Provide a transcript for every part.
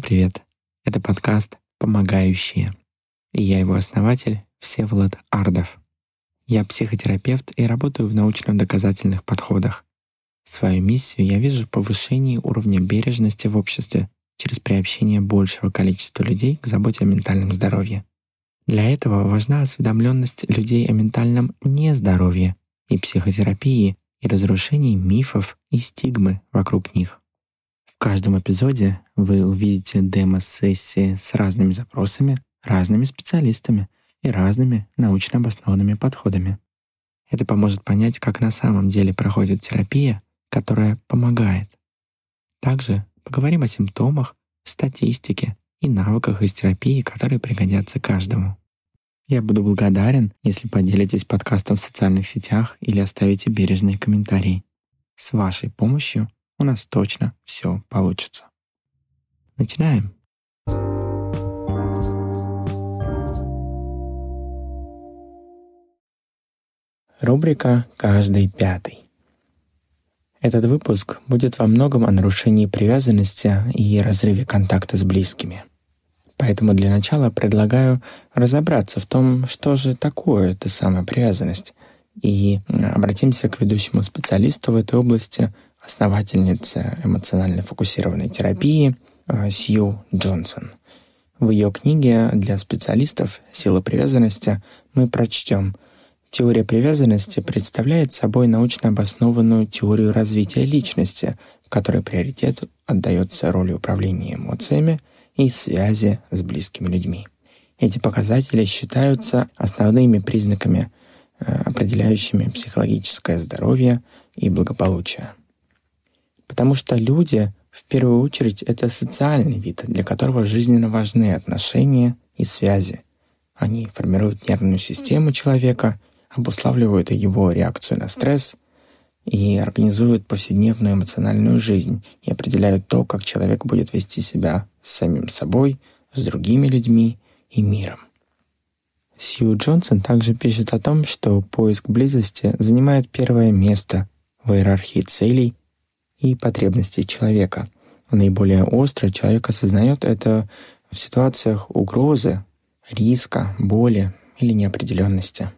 привет! Это подкаст «Помогающие». И я его основатель Всеволод Ардов. Я психотерапевт и работаю в научно-доказательных подходах. Свою миссию я вижу в повышении уровня бережности в обществе через приобщение большего количества людей к заботе о ментальном здоровье. Для этого важна осведомленность людей о ментальном нездоровье и психотерапии, и разрушении мифов и стигмы вокруг них. В каждом эпизоде вы увидите демо-сессии с разными запросами, разными специалистами и разными научно обоснованными подходами. Это поможет понять, как на самом деле проходит терапия, которая помогает. Также поговорим о симптомах, статистике и навыках из терапии, которые пригодятся каждому. Я буду благодарен, если поделитесь подкастом в социальных сетях или оставите бережные комментарии. С вашей помощью у нас точно все получится. Начинаем! Рубрика «Каждый пятый». Этот выпуск будет во многом о нарушении привязанности и разрыве контакта с близкими. Поэтому для начала предлагаю разобраться в том, что же такое эта самая привязанность, и обратимся к ведущему специалисту в этой области, основательнице эмоционально фокусированной терапии Сью Джонсон. В ее книге для специалистов «Сила привязанности» мы прочтем: теория привязанности представляет собой научно обоснованную теорию развития личности, в которой приоритет отдается роли управления эмоциями и связи с близкими людьми. Эти показатели считаются основными признаками, определяющими психологическое здоровье и благополучие. Потому что люди, в первую очередь, это социальный вид, для которого жизненно важны отношения и связи. Они формируют нервную систему человека, обуславливают его реакцию на стресс и организуют повседневную эмоциональную жизнь и определяют то, как человек будет вести себя с самим собой, с другими людьми и миром. Сью Джонсон также пишет о том, что поиск близости занимает первое место в иерархии целей и потребностей человека. Наиболее остро человек осознает это в ситуациях угрозы, риска, боли или неопределенности.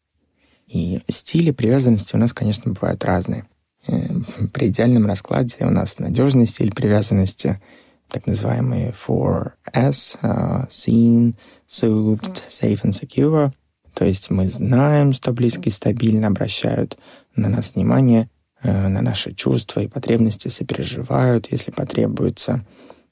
И стили привязанности у нас, конечно, бывают разные. При идеальном раскладе у нас надежный стиль привязанности, так называемый 4S, seen, soothed, safe and secure. То есть мы знаем, что близкие стабильно обращают на нас внимание, на наши чувства и потребности, сопереживают, если потребуется,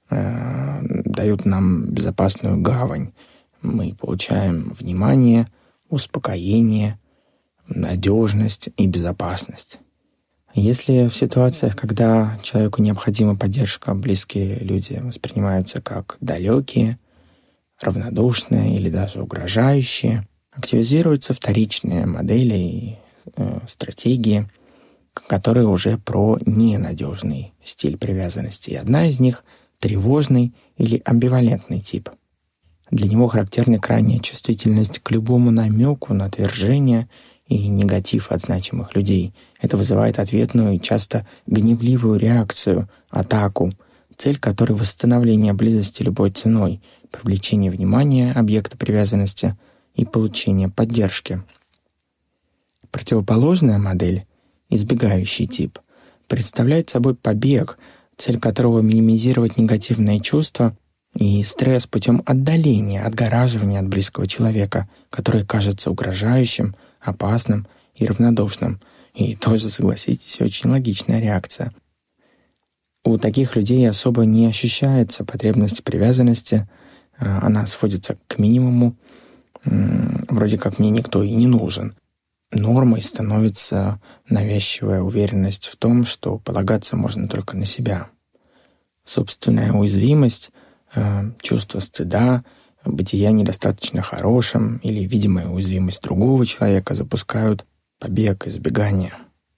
дают нам безопасную гавань. Мы получаем внимание, успокоение, надежность и безопасность. Если в ситуациях, когда человеку необходима поддержка, близкие люди воспринимаются как далекие, равнодушные или даже угрожающие, активизируются вторичные модели и стратегии, которые уже про ненадежный стиль привязанности. И одна из них — тревожный или амбивалентный тип. Для него характерна крайняя чувствительность к любому намеку на отвержение и негатив от значимых людей. Это вызывает ответную и часто гневливую реакцию, атаку, цель которой — восстановление близости любой ценой, привлечение внимания объекта привязанности и получение поддержки. Противоположная модель, избегающий тип, представляет собой побег, цель которого — минимизировать негативные чувства и стресс путем отдаления, отгораживания от близкого человека, который кажется угрожающим, опасным и равнодушным. И тоже, согласитесь, очень логичная реакция. У таких людей особо не ощущается потребность привязанности, она сводится к минимуму, вроде как мне никто и не нужен. Нормой становится навязчивая уверенность в том, что полагаться можно только на себя. Собственная уязвимость, чувство стыда, бытия недостаточно хорошим или видимая уязвимость другого человека запускают побег, избегание.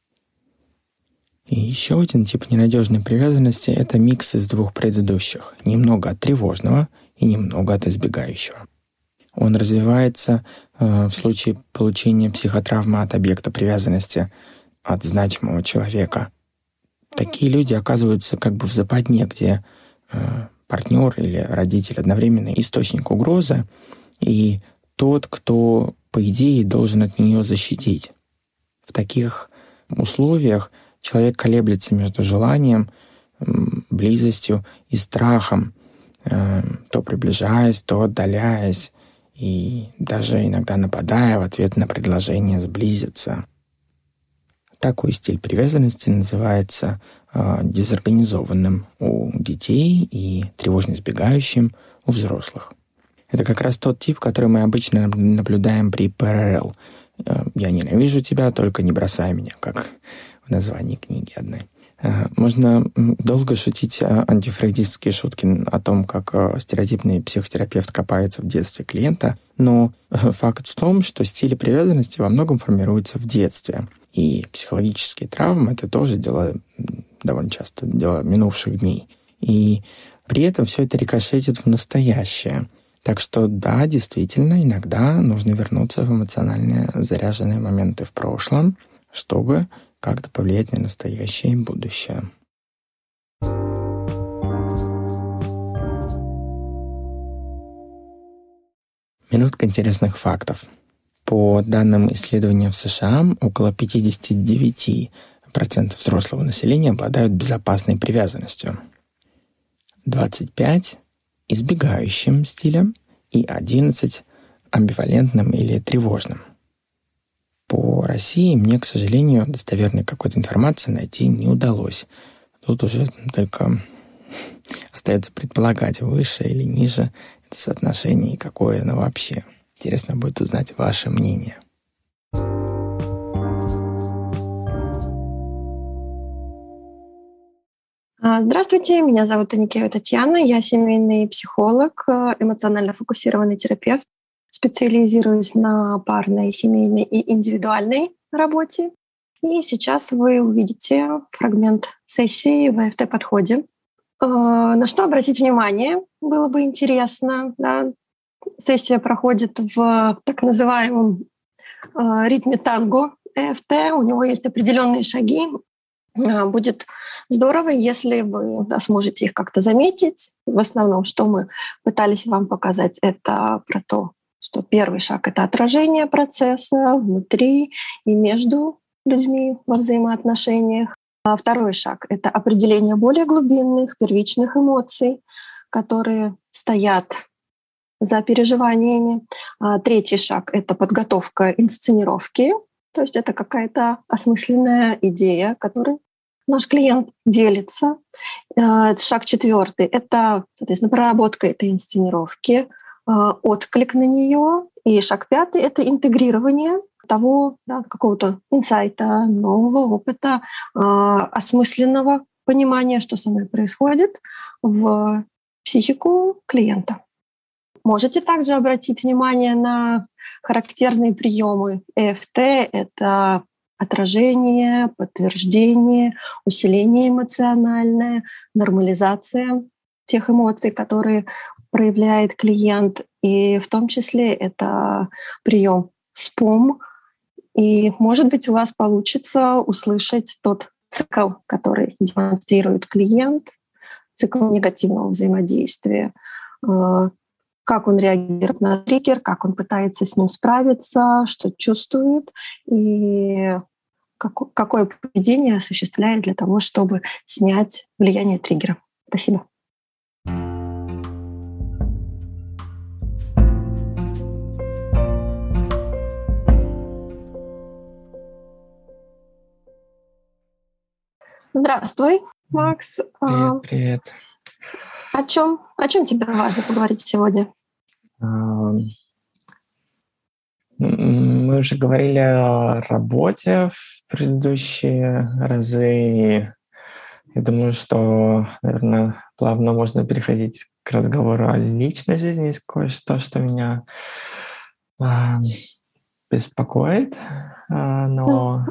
И еще один тип ненадежной привязанности — это микс из двух предыдущих. Немного от тревожного и немного от избегающего. Он развивается в случае получения психотравмы от объекта привязанности, от значимого человека. Такие люди оказываются как бы в западне, где партнер или родитель одновременно источник угрозы и тот, кто, по идее, должен от нее защитить. В таких условиях человек колеблется между желанием, близостью и страхом, то приближаясь, то отдаляясь, и даже иногда нападая в ответ на предложение сблизиться. Такой стиль привязанности называется дезорганизованным у детей и тревожно избегающим у взрослых. Это как раз тот тип, который мы обычно наблюдаем при ПРЛ. «Я ненавижу тебя, только не бросай меня», как в названии книги одной. Можно долго шутить антифрейдистские шутки о том, как стереотипный психотерапевт копается в детстве клиента, но факт в том, что стили привязанности во многом формируются в детстве. И психологические травмы — это тоже дело довольно часто, дело минувших дней. И при этом все это рикошетит в настоящее. Так что да, действительно, иногда нужно вернуться в эмоционально заряженные моменты в прошлом, чтобы как-то повлиять на настоящее и будущее. Минутка интересных фактов. По данным исследования в США, около 59% взрослого населения обладают безопасной привязанностью, 25% избегающим стилем и 11% амбивалентным или тревожным. По России мне, к сожалению, достоверной какой-то информации найти не удалось. Тут уже только остается предполагать, выше или ниже это соотношение и какое оно вообще. Интересно будет узнать ваше мнение. Здравствуйте, меня зовут Аникеева Татьяна, я семейный психолог, эмоционально фокусированный терапевт. Специализируюсь на парной, семейной и индивидуальной работе. И сейчас вы увидите фрагмент сессии в ЭФТ-подходе. На что обратить внимание было бы интересно. Да? Сессия проходит в так называемом ритме танго ЭФТ. У него есть определенные шаги. Будет здорово, если вы сможете их как-то заметить. В основном, что мы пытались вам показать, это про то, что первый шаг — это отражение процесса внутри и между людьми во взаимоотношениях. А второй шаг — это определение более глубинных, первичных эмоций, которые стоят за переживаниями. Третий шаг — это подготовка инсценировки, то есть это какая-то осмысленная идея, которой наш клиент делится. Шаг четвертый — это, соответственно, проработка этой инсценировки, отклик на нее. И шаг пятый — это интегрирование того какого-то инсайта, нового опыта, осмысленного понимания, что со мной происходит, в психику клиента. Можете также обратить внимание на характерные приемы ЭФТ. Это отражение, подтверждение, усиление эмоциональное, нормализация тех эмоций, которые проявляет клиент. И в том числе это прием СПОМ. И, может быть, у вас получится услышать тот цикл, который демонстрирует клиент, цикл негативного взаимодействия, как он реагирует на триггер, как он пытается с ним справиться, что чувствует и какое поведение осуществляет для того, чтобы снять влияние триггера. Спасибо. Здравствуй, Макс. Привет. О чем тебе важно поговорить сегодня? Мы уже говорили о работе в предыдущие разы. И я думаю, что, наверное, плавно можно переходить к разговору о личной жизни. Есть кое-что, что меня беспокоит, но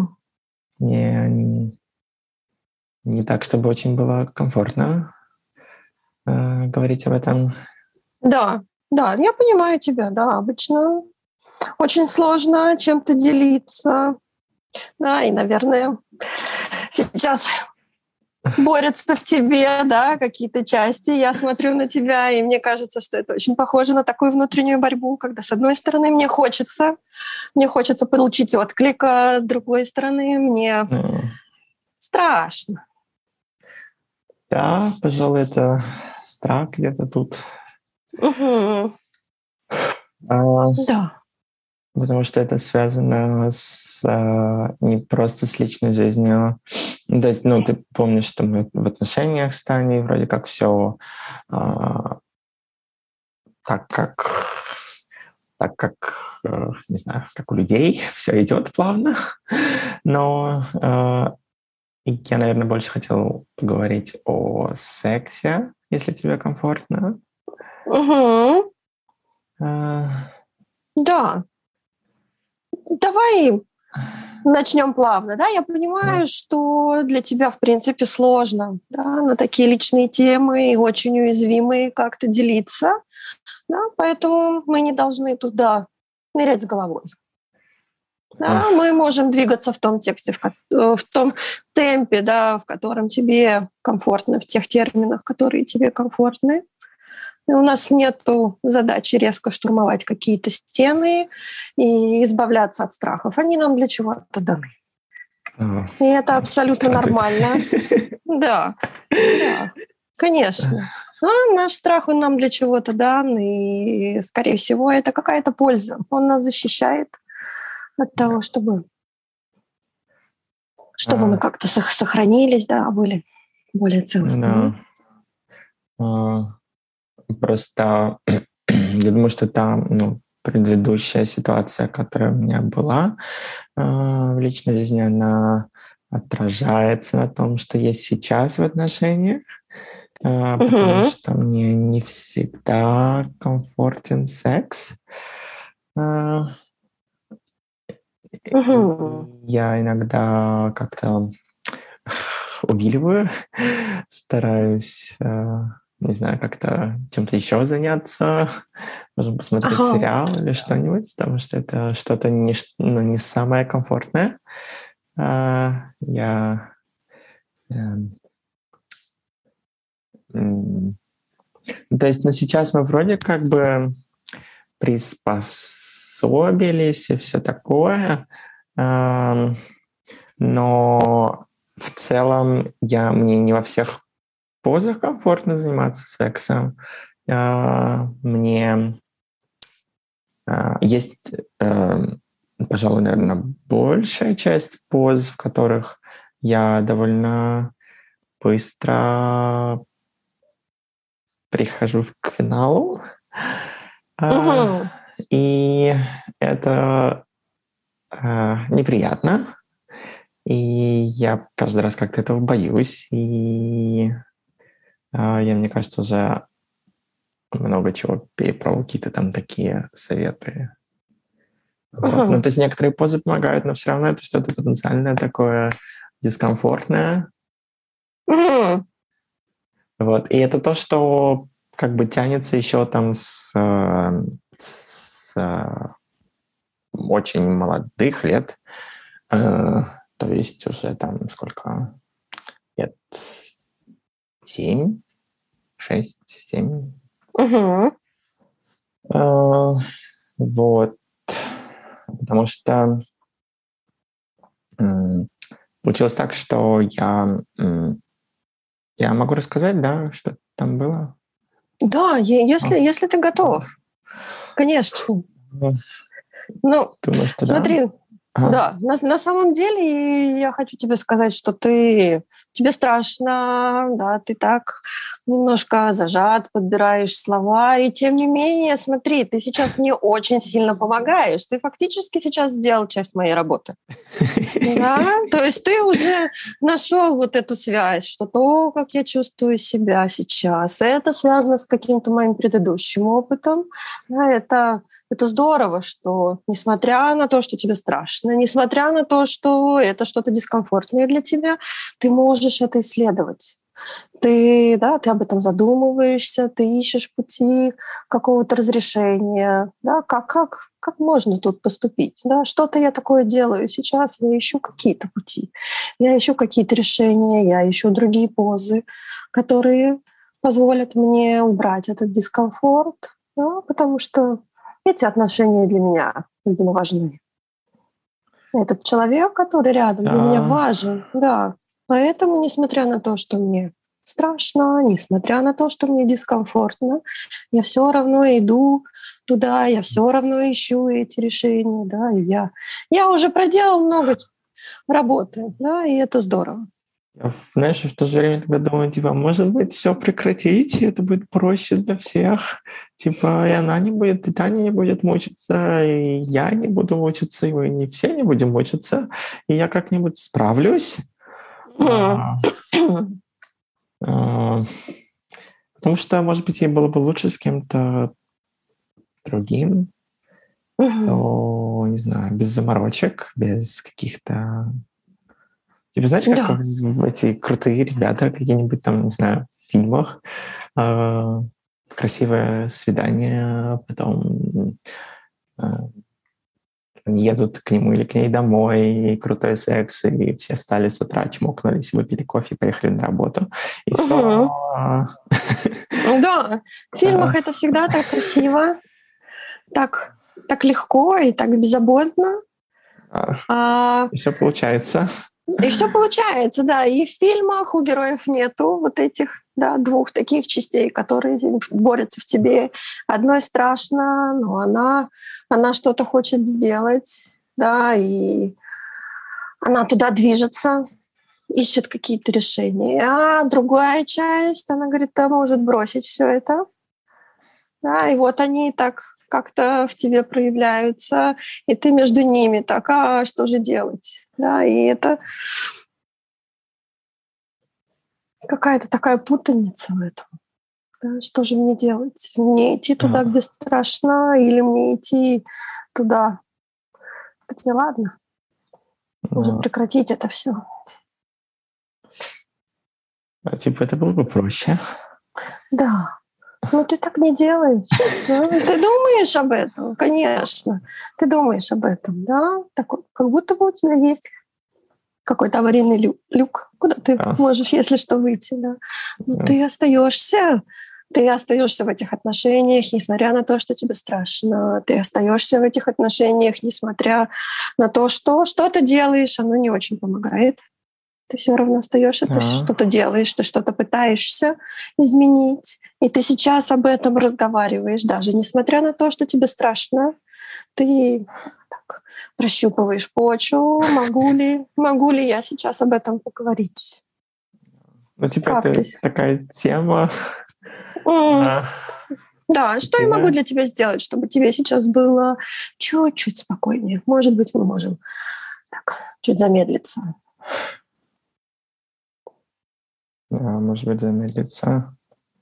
не так, чтобы очень было комфортно говорить об этом. Да, я понимаю тебя, да, обычно очень сложно чем-то делиться, да, и, наверное, сейчас борются в тебе, да, какие-то части. Я смотрю на тебя, и мне кажется, что это очень похоже на такую внутреннюю борьбу, когда, с одной стороны, мне хочется получить отклик, а с другой стороны, мне страшно. Да, пожалуй, это страх где-то тут. Угу. Да. Потому что это связано не просто с личной жизнью. То есть, ты помнишь, что мы в отношениях с Таней вроде как все так как, не знаю, как у людей, все идет плавно. Но я, наверное, больше хотел поговорить о сексе, если тебе комфортно. Угу. Да. Давай начнем плавно. Да? Я понимаю, что для тебя, в принципе, сложно, да, на такие личные темы и очень уязвимые как-то делиться. Да? Поэтому мы не должны туда нырять с головой. Да? Мы можем двигаться в том тексте, в том темпе, да, в котором тебе комфортно, в тех терминах, которые тебе комфортны. И у нас нет задачи резко штурмовать какие-то стены и избавляться от страхов. Они нам для чего-то даны. И это абсолютно нормально. Да, конечно. Но наш страх, он нам для чего-то дан, и, скорее всего, это какая-то польза. Он нас защищает от того, чтобы мы как-то сохранились, да, были более целостными. Просто я думаю, что там предыдущая ситуация, которая у меня была в личной жизни, она отражается на том, что есть сейчас в отношениях, потому что мне не всегда комфортен секс. Я иногда как-то увиливаю, стараюсь, не знаю, как-то чем-то еще заняться, можно посмотреть сериал или что-нибудь, потому что это что-то не самое комфортное. То есть, сейчас мы вроде как бы приспособились и все такое, но в целом мне не во всех позах комфортно заниматься сексом. Мне есть, пожалуй, наверное, большая часть поз, в которых я довольно быстро прихожу к финалу. И это неприятно. И я каждый раз как-то этого боюсь. И я, мне кажется, уже много чего перепробовал, какие-то там такие советы. Вот. То есть некоторые позы помогают, но все равно это что-то потенциальное такое дискомфортное. Вот. И это то, что как бы тянется еще там с очень молодых лет. То есть уже там сколько? Лет 7, 6, 7. Вот. Потому что получилось так, что я могу рассказать, да, что там было? Да, если ты готов. Конечно. Думаю, что смотри, да, на самом деле я хочу тебе сказать, что тебе страшно, да, ты так немножко зажат, подбираешь слова, и тем не менее, смотри, ты сейчас мне очень сильно помогаешь, ты фактически сейчас сделал часть моей работы. Да, то есть ты уже нашел вот эту связь, что то, как я чувствую себя сейчас, это связано с каким-то моим предыдущим опытом, да, это здорово, что несмотря на то, что тебе страшно, несмотря на то, что это что-то дискомфортное для тебя, ты можешь это исследовать. Ты об этом задумываешься, ты ищешь пути какого-то разрешения, да, как можно тут поступить, да, что-то я такое делаю сейчас, я ищу какие-то пути, я ищу какие-то решения, я ищу другие позы, которые позволят мне убрать этот дискомфорт, да, потому что эти отношения для меня, видимо, важны. Этот человек, который рядом, для меня Да. важен, да. Поэтому, несмотря на то, что мне страшно, несмотря на то, что мне дискомфортно, я все равно иду туда, я все равно ищу эти решения, да, и я уже проделал много работы, да, и это здорово. Я, знаешь, в то же время тогда думаю, типа, может быть, все прекратить, и это будет проще для всех. Типа, и она не будет, и Таня не будет мучиться, и я не буду мучиться, и мы не все не будем мучиться, и я как-нибудь справлюсь. А, а, Потому что, может быть, ей было бы лучше с кем-то другим, Мгм. кто, не знаю, без заморочек, без каких-то... Типа, знаешь, как Да. эти крутые ребята какие-нибудь там, не знаю, в фильмах, а, красивое свидание, потом они едут к нему или к ней домой, и крутой секс, и все встали с утра, чмокнулись, выпили кофе, поехали на работу, и все. Мгм. Да, в фильмах это всегда так красиво, так, так легко и так беззаботно. А И все получается. И все получается, да. И в фильмах у героев нету вот этих, да, двух таких частей, которые борются в тебе. Одной страшно, но она что-то хочет сделать, да, и она туда движется, ищет какие-то решения. А другая часть, она говорит, да, может бросить все это. Да, и вот они так как-то в тебе проявляются, и ты между ними так, а что же делать? Да, и это какая-то такая путаница в этом. Да, что же мне делать? Мне идти туда, А, где страшно, или мне идти туда, где ладно, уже а, прекратить это все. типа, это было бы проще. Да, но ты так не делаешь. Да? Ты думаешь об этом, конечно. Ты думаешь об этом, да? Так, как будто бы у тебя есть какой-то аварийный люк, куда ты А, можешь, если что, выйти, да. Но а, ты остаешься в этих отношениях, несмотря на то, что тебе страшно. Ты остаешься в этих отношениях, несмотря на то, что ты делаешь, оно не очень помогает. Ты все равно остаешься, ты а. что-то делаешь, ты что-то пытаешься изменить. И ты сейчас об этом разговариваешь, даже несмотря на то, что тебе страшно. Ты так прощупываешь почву, могу ли я сейчас об этом поговорить? Ну, типа, Как это ты? такая тема. М, а, Да, что я могу такая. для тебя сделать, чтобы тебе сейчас было чуть-чуть спокойнее? Может быть, мы можем так чуть замедлиться. Может быть, замедлиться.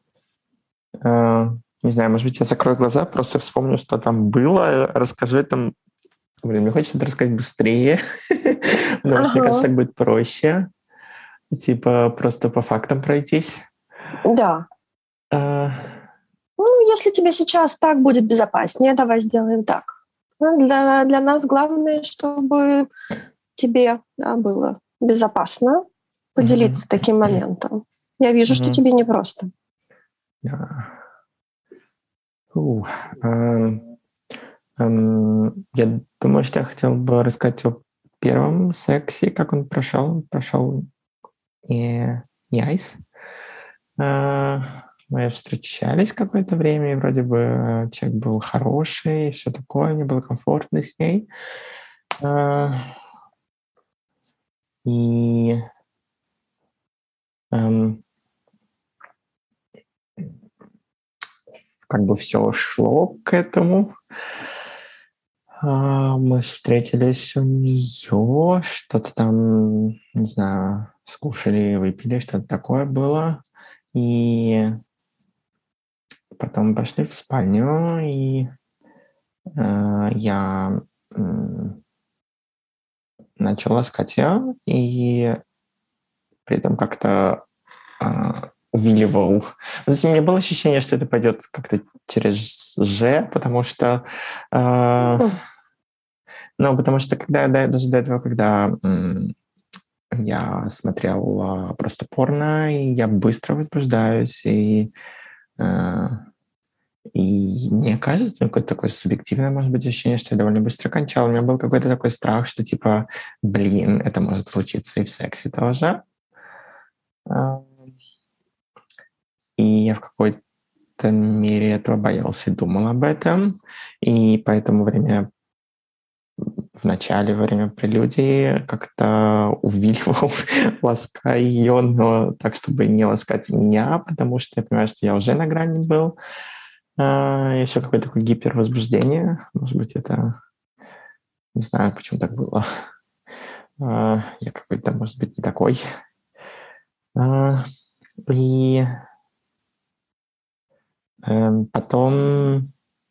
А, Не знаю, может быть, я закрою глаза, просто вспомню, что там было, расскажу там. Блин, мне хочется это рассказать быстрее, потому что, мне Ага, кажется, так будет проще. Типа, просто по фактам пройтись. да. А, Ну, если тебе сейчас так будет безопаснее, давай сделаем так. Ну, для нас главное, чтобы тебе, да, было безопасно мгм, поделиться таким моментом. Я вижу, что мгм. тебе непросто. Да. Фу. Я думаю, что я хотел бы рассказать о первом сексе, как он прошел. Прошел не айс. Мы встречались какое-то время, и вроде бы человек был хороший, все такое, мне было комфортно с ней. А, И эм, как бы все шло к этому. Мы встретились у нее, что-то там, не знаю, скушали, выпили, что-то такое было. И потом пошли в спальню, и я начал ласкать ее, и при этом как-то увиливал. То есть у меня было ощущение, что это пойдет как-то через «Ж», потому что... потому что даже до этого, когда я смотрел просто порно, и я быстро возбуждаюсь, и мне кажется, какое-то такое субъективное, может быть, ощущение, что я довольно быстро кончал. У меня был какой-то такой страх, что типа, блин, это может случиться и в сексе тоже. И я в какой-то мере этого боялся и думал об этом. И поэтому в начале, во время прелюдии как-то увиливал, лаская ее, но так, чтобы не ласкать меня, потому что я понимаю, что я уже на грани был. Еще какое-то такое гипервозбуждение. Может быть, это... Не знаю, почему так было. Я какой-то, может быть, не такой. И потом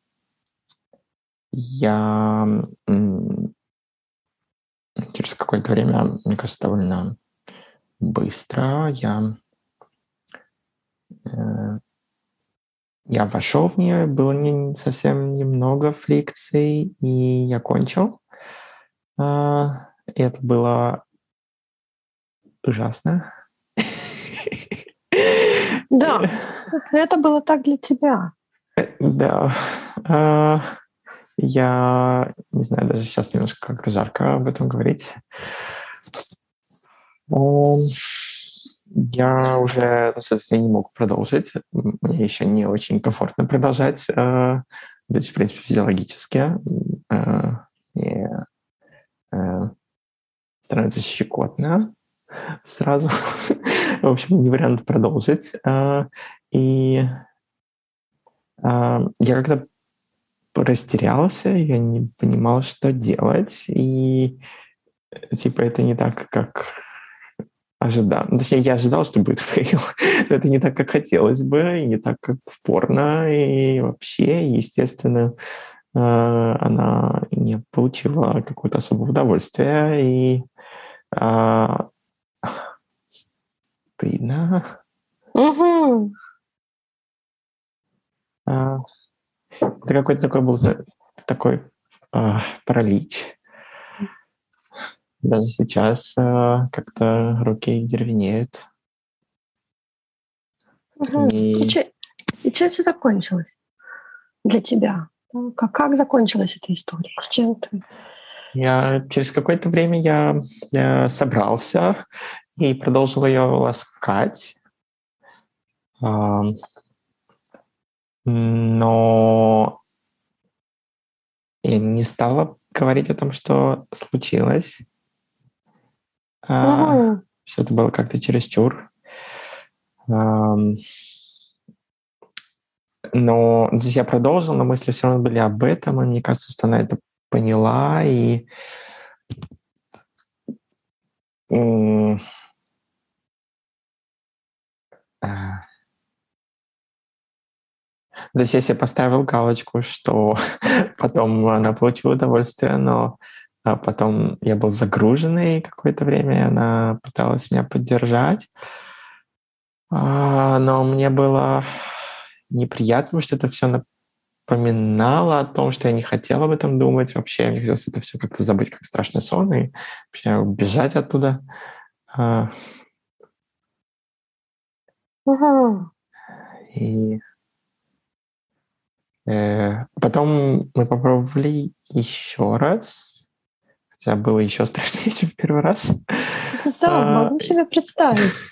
я через какое-то время, мне кажется, довольно быстро я вошел в нее, было не совсем немного фрикций, и я кончил. И это было ужасно. Да, это было так для тебя. Да. Я не знаю, даже сейчас немножко как-то жарко об этом говорить. Я уже, собственно, не мог продолжить. Мне еще не очень комфортно продолжать. То есть, в принципе, физиологически. И становится щекотно сразу. В общем, не вариант продолжить. И я как-то растерялся, я не понимал, что делать. И типа это не так, как ожидал. Точнее, я ожидал, что будет фейл. Но это не так, как хотелось бы, и не так, как в порно. И вообще, естественно, она не получила какое-то особое удовольствие. И стыдно. Угу. Это какой-то такой был такой паралич. Даже сейчас как-то руки деревенеют. Угу. И чем все закончилось для тебя? Как закончилась эта история? С чем ты? Через какое-то время я собрался и продолжил ее ласкать. Но я не стала говорить о том, что случилось. Угу. Все это было как-то чересчур. Но то есть я продолжил, но мысли все равно были об этом, и мне кажется, что она это поняла, и то есть если я поставил галочку, что потом она получила удовольствие, но потом я был загруженный какое-то время, и она пыталась меня поддержать. Но мне было неприятно, потому что это все напоминало о том, что я не хотел об этом думать. Вообще, мне хотелось это все как-то забыть, как страшный сон, и вообще убежать оттуда. Угу. И потом мы попробовали еще раз, хотя было еще страшнее, чем в первый раз. Да, могу себе представить.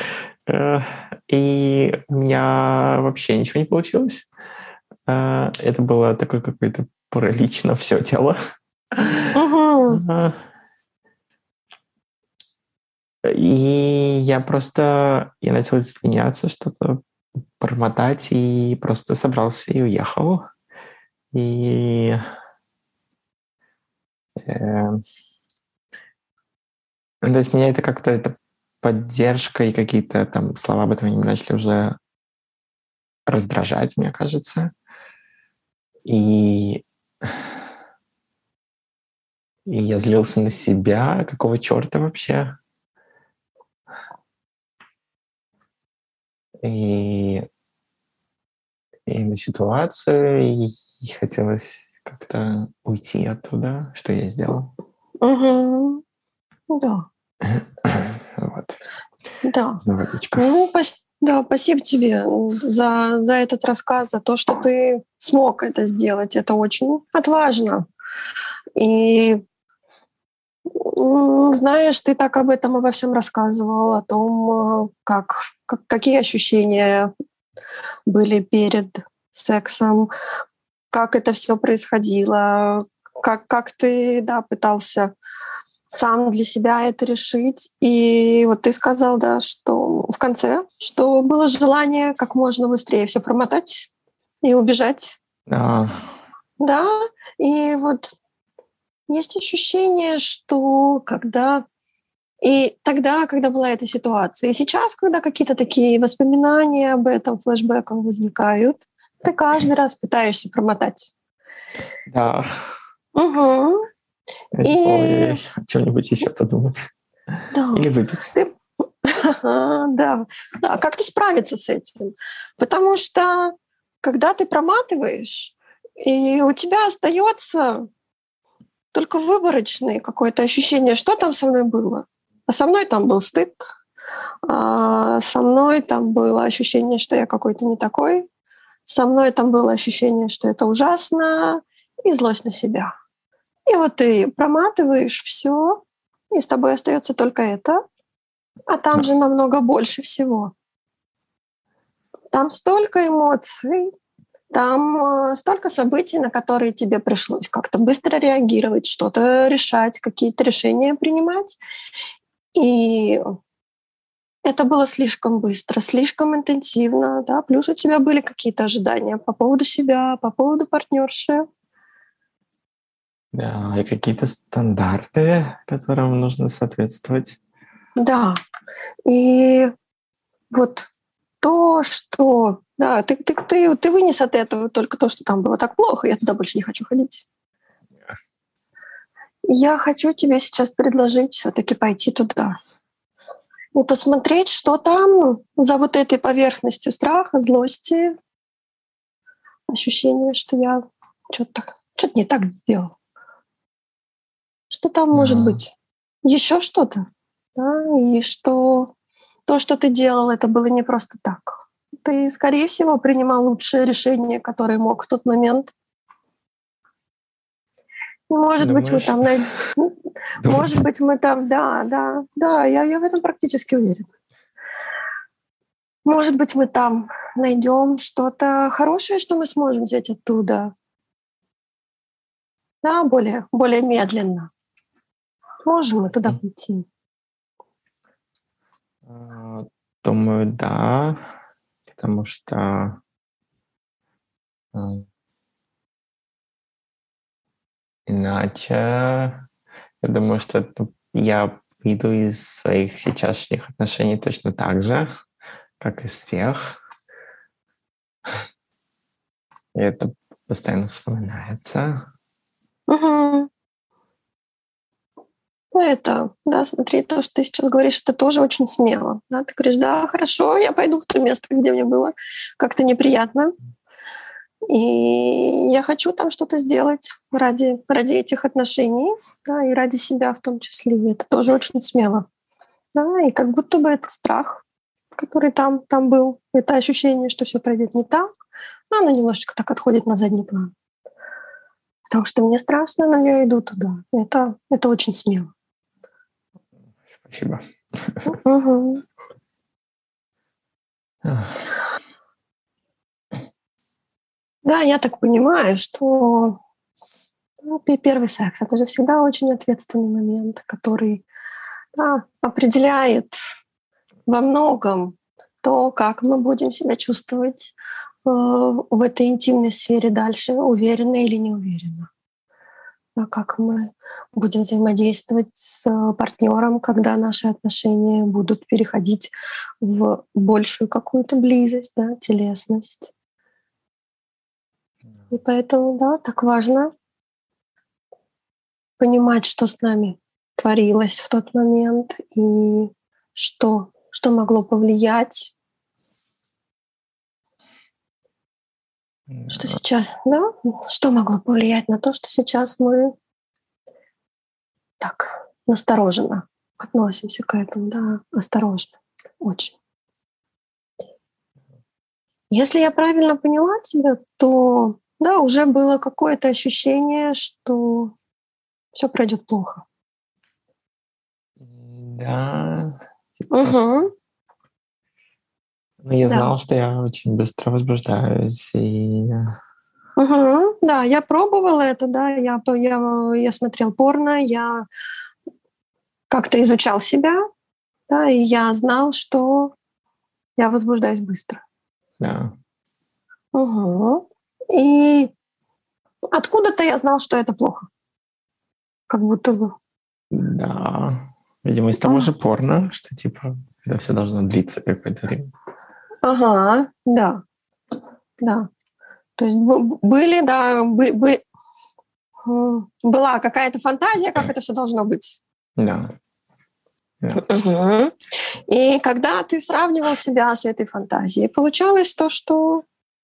И у меня вообще ничего не получилось. Это было такое какое-то паралич на все тело. Угу. И я начал извиняться, что-то бормотать, и просто собрался и уехал. И то есть меня это как-то, эта поддержка и какие-то там слова об этом начали уже раздражать, мне кажется. И я злился на себя. Какого черта вообще? и, и на ситуацию, и хотелось как-то уйти оттуда, что я сделал. Угу. Да. Вот. Да. Водичка. Ну, да, спасибо тебе за этот рассказ, за то, что ты смог это сделать. Это очень отважно. И знаешь, ты так об этом обо всем рассказывал, о том, какие ощущения были перед сексом, как это все происходило, как ты, да, пытался сам для себя это решить. И вот ты сказал, да, что в конце, что было желание как можно быстрее все промотать и убежать. Да. Да, и вот есть ощущение, что и тогда, когда была эта ситуация, и сейчас, когда какие-то такие воспоминания об этом, флешбеком возникают, ты каждый раз пытаешься промотать. Да. Угу. И Ой, о чем-нибудь еще подумать. да, Или выпить. да, да, как-то справиться с этим. Потому что когда ты проматываешь, и у тебя остается только выборочное какое-то ощущение, что там со мной было. А со мной там был стыд, со мной там было ощущение, что я какой-то не такой, со мной там было ощущение, что это ужасно, и злость на себя. И вот ты проматываешь все, и с тобой остается только это, а там же намного больше всего. Там столько эмоций, там столько событий, на которые тебе пришлось как-то быстро реагировать, что-то решать, какие-то решения принимать. И это было слишком быстро, слишком интенсивно, да, плюс у тебя были какие-то ожидания по поводу себя, по поводу партнерши. Да, и какие-то стандарты, которым нужно соответствовать. Да, и вот то, что... Да, ты вынес от этого только то, что там было так плохо, я туда больше не хочу ходить. Я хочу тебе сейчас предложить все-таки пойти туда и посмотреть, что там за вот этой поверхностью страха, злости, ощущение, что я что-то не так сделал. Что там может быть? Еще что-то. Да? И что то, что ты делал, это было не просто так. Ты, скорее всего, принимал лучшее решение, которое мог в тот момент. Может быть, мы Думаешь? там может быть, мы там, да, я в этом практически уверена. Может быть, мы там найдем что-то хорошее, что мы сможем взять оттуда. Да, более медленно. Можем мы туда пойти? Думаю, да, потому что иначе я думаю, что я выйду из своих сейчасшних отношений точно так же, как из тех. И это постоянно вспоминается. Угу. Да, смотри, то, что ты сейчас говоришь, это тоже очень смело. Да? Ты говоришь, да, хорошо, я пойду в то место, где мне было как-то неприятно. И я хочу там что-то сделать ради этих отношений, да, и ради себя в том числе. И это тоже очень смело. Да, и как будто бы этот страх, который там был, это ощущение, что все пройдет не так, оно немножечко так отходит на задний план. Потому что мне страшно, но я иду туда. Это очень смело. Спасибо. Угу. Да, я так понимаю, что первый секс — это же всегда очень ответственный момент, который определяет во многом то, как мы будем себя чувствовать в этой интимной сфере дальше, уверенно или не уверенно. А как мы будем взаимодействовать с партнером, когда наши отношения будут переходить в большую какую-то близость, да, телесность. И поэтому, да, так важно понимать, что с нами творилось в тот момент и что могло повлиять Что сейчас, да? Что могло повлиять на то, что сейчас мы так настороженно относимся к этому, да, осторожно, очень. Если я правильно поняла тебя, то да, уже было какое-то ощущение, что все пройдет плохо. Да, типа, Угу, ну, я да. знал, что я очень быстро возбуждаюсь, и Угу, да, я пробовала это, да, я смотрел порно, я как-то изучал себя, да, и я знал, что я возбуждаюсь быстро. да, Угу. И откуда-то я знал, что это плохо. Как будто бы. да. Видимо, из того же порно, что типа это все должно длиться какое-то время. Ага, да, да. То есть были, да, была какая-то фантазия, как это все должно быть. Да, да. Мгм. И когда ты сравнивал себя с этой фантазией, получалось то, что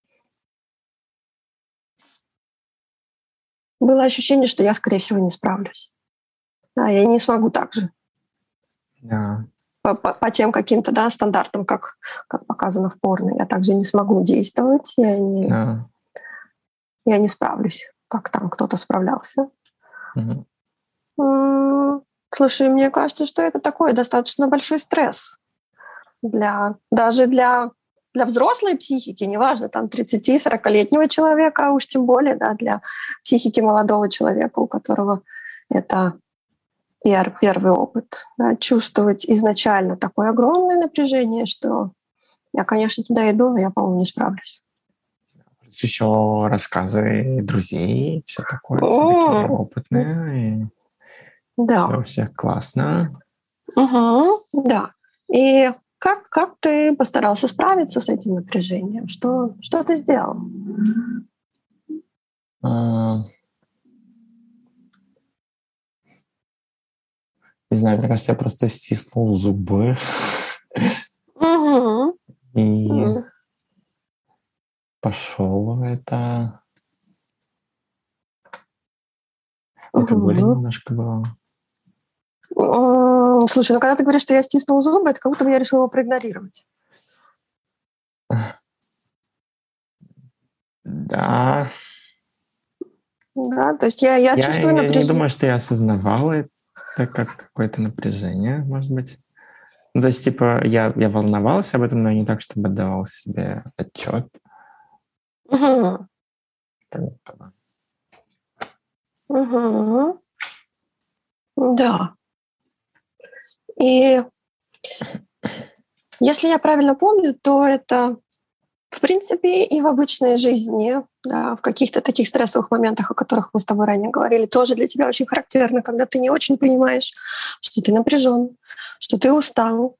было ощущение, что я, скорее всего, не справлюсь. Да, я не смогу так же Да, по тем каким-то, да, стандартам, как показано в порно. Я также не смогу действовать, да. я не справлюсь, как там кто-то справлялся. Мгм. Слушай, мне кажется, что это такой достаточно большой стресс даже для взрослой психики, неважно, там 30-40-летнего человека, а уж тем более, да, для психики молодого человека, у которого это первый опыт, да, чувствовать изначально такое огромное напряжение, что я, конечно, туда иду, но я, по-моему, не справлюсь. Плюс еще рассказы друзей, все такое, все такие М, опытные, и все у Да, всех классно. да. И как ты постарался справиться с этим напряжением? Что ты сделал? А, Не знаю, мне кажется, я просто стиснул зубы Мгм. и М. пошел это. Это более Мгм. немножко было. Слушай, ну когда ты говоришь, что я стиснула зубы, это как будто бы я решила его проигнорировать. Да, Да, то есть я чувствую я не напряжение. думаю, что я осознавал это как какое-то напряжение, может быть. Ну, то есть, типа, я волновался об этом, но не так, чтобы отдавал себе отчет. Мгм. Как будто бы. Мгм. Да. И если я правильно помню, то это, в принципе, и в обычной жизни, да, в каких-то таких стрессовых моментах, о которых мы с тобой ранее говорили, тоже для тебя очень характерно, когда ты не очень понимаешь, что ты напряжен, что ты устал.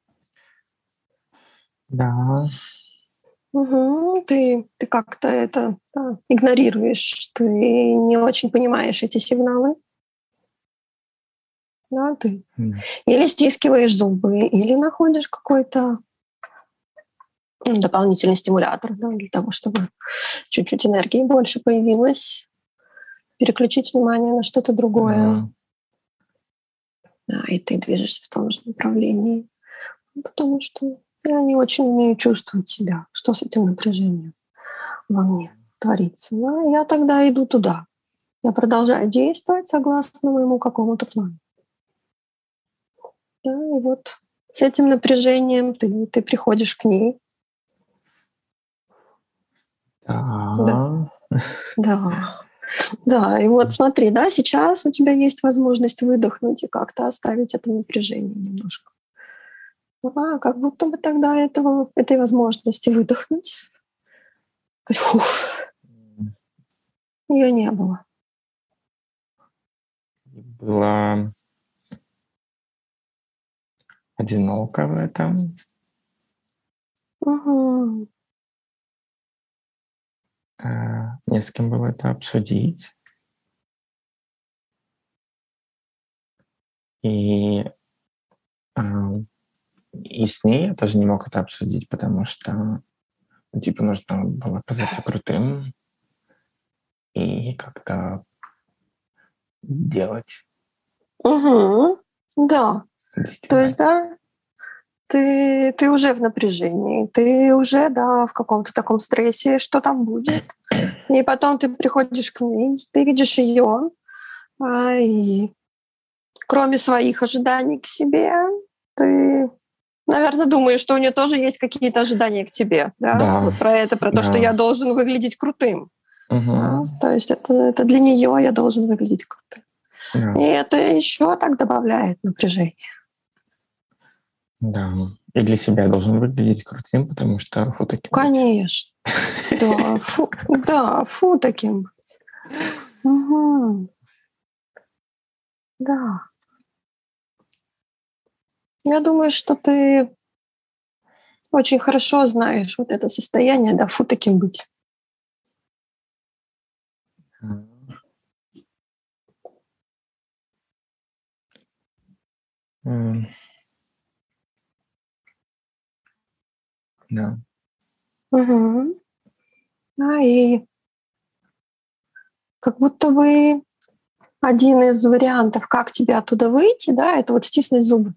Да, Ты как-то это, да, игнорируешь, ты не очень понимаешь эти сигналы, да, ты м, или стискиваешь зубы, или находишь какой-то дополнительный стимулятор, да, для того, чтобы чуть-чуть энергии больше появилось, переключить внимание на что-то другое, да. да, и ты движешься в том же направлении, потому что я не очень умею чувствовать себя, что с этим напряжением во мне творится. Да, я тогда иду туда. Я продолжаю действовать согласно моему какому-то плану. Да, и вот с этим напряжением ты приходишь к ней. Да, Да. да, да. И вот смотри, да, сейчас у тебя есть возможность выдохнуть и как-то оставить это напряжение немножко. Как будто бы тогда этой возможности выдохнуть, фух, ее не было. Было одиноко в этом. Мгм. Не с кем было это обсудить. И, а, и с ней я тоже не мог это обсудить, потому что, ну, типа, нужно было казаться крутым. и как-то делать, Угу. Да. То есть, достигать. да, ты уже в напряжении, ты уже, да, в каком-то таком стрессе, что там будет. И потом ты приходишь к ней, ты видишь ее, и кроме своих ожиданий к себе, ты, наверное, думаешь, что у нее тоже есть какие-то ожидания к тебе, да? Да, Вот про это, про то, что я да. должен выглядеть крутым. Да? Мгм. То есть это для нее я должен выглядеть крутым. И Да, это еще так добавляет напряжение. да. И для себя я должен выглядеть крутым, потому что фу таким быть. Конечно. Да, фу таким. Мгм. Да. Я думаю, что ты очень хорошо знаешь вот это состояние, да, фу таким быть. М, Да. Мгм. И как будто бы один из вариантов, как тебе оттуда выйти, да, это вот стиснуть зубы.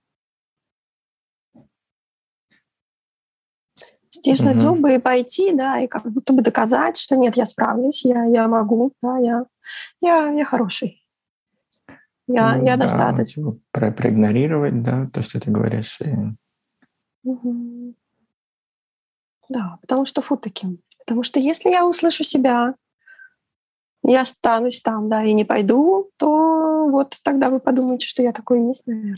Стиснуть Мгм. зубы и пойти, да, и как будто бы доказать, что нет, я справлюсь, я могу, да, я хороший, Ну я да, достаточно. типа проигнорировать, да, то, что ты говоришь. И Мгм. Да, потому что фу таким. Потому что если я услышу себя, и останусь там, да, и не пойду, то вот тогда вы подумаете, что я такой и есть, наверное.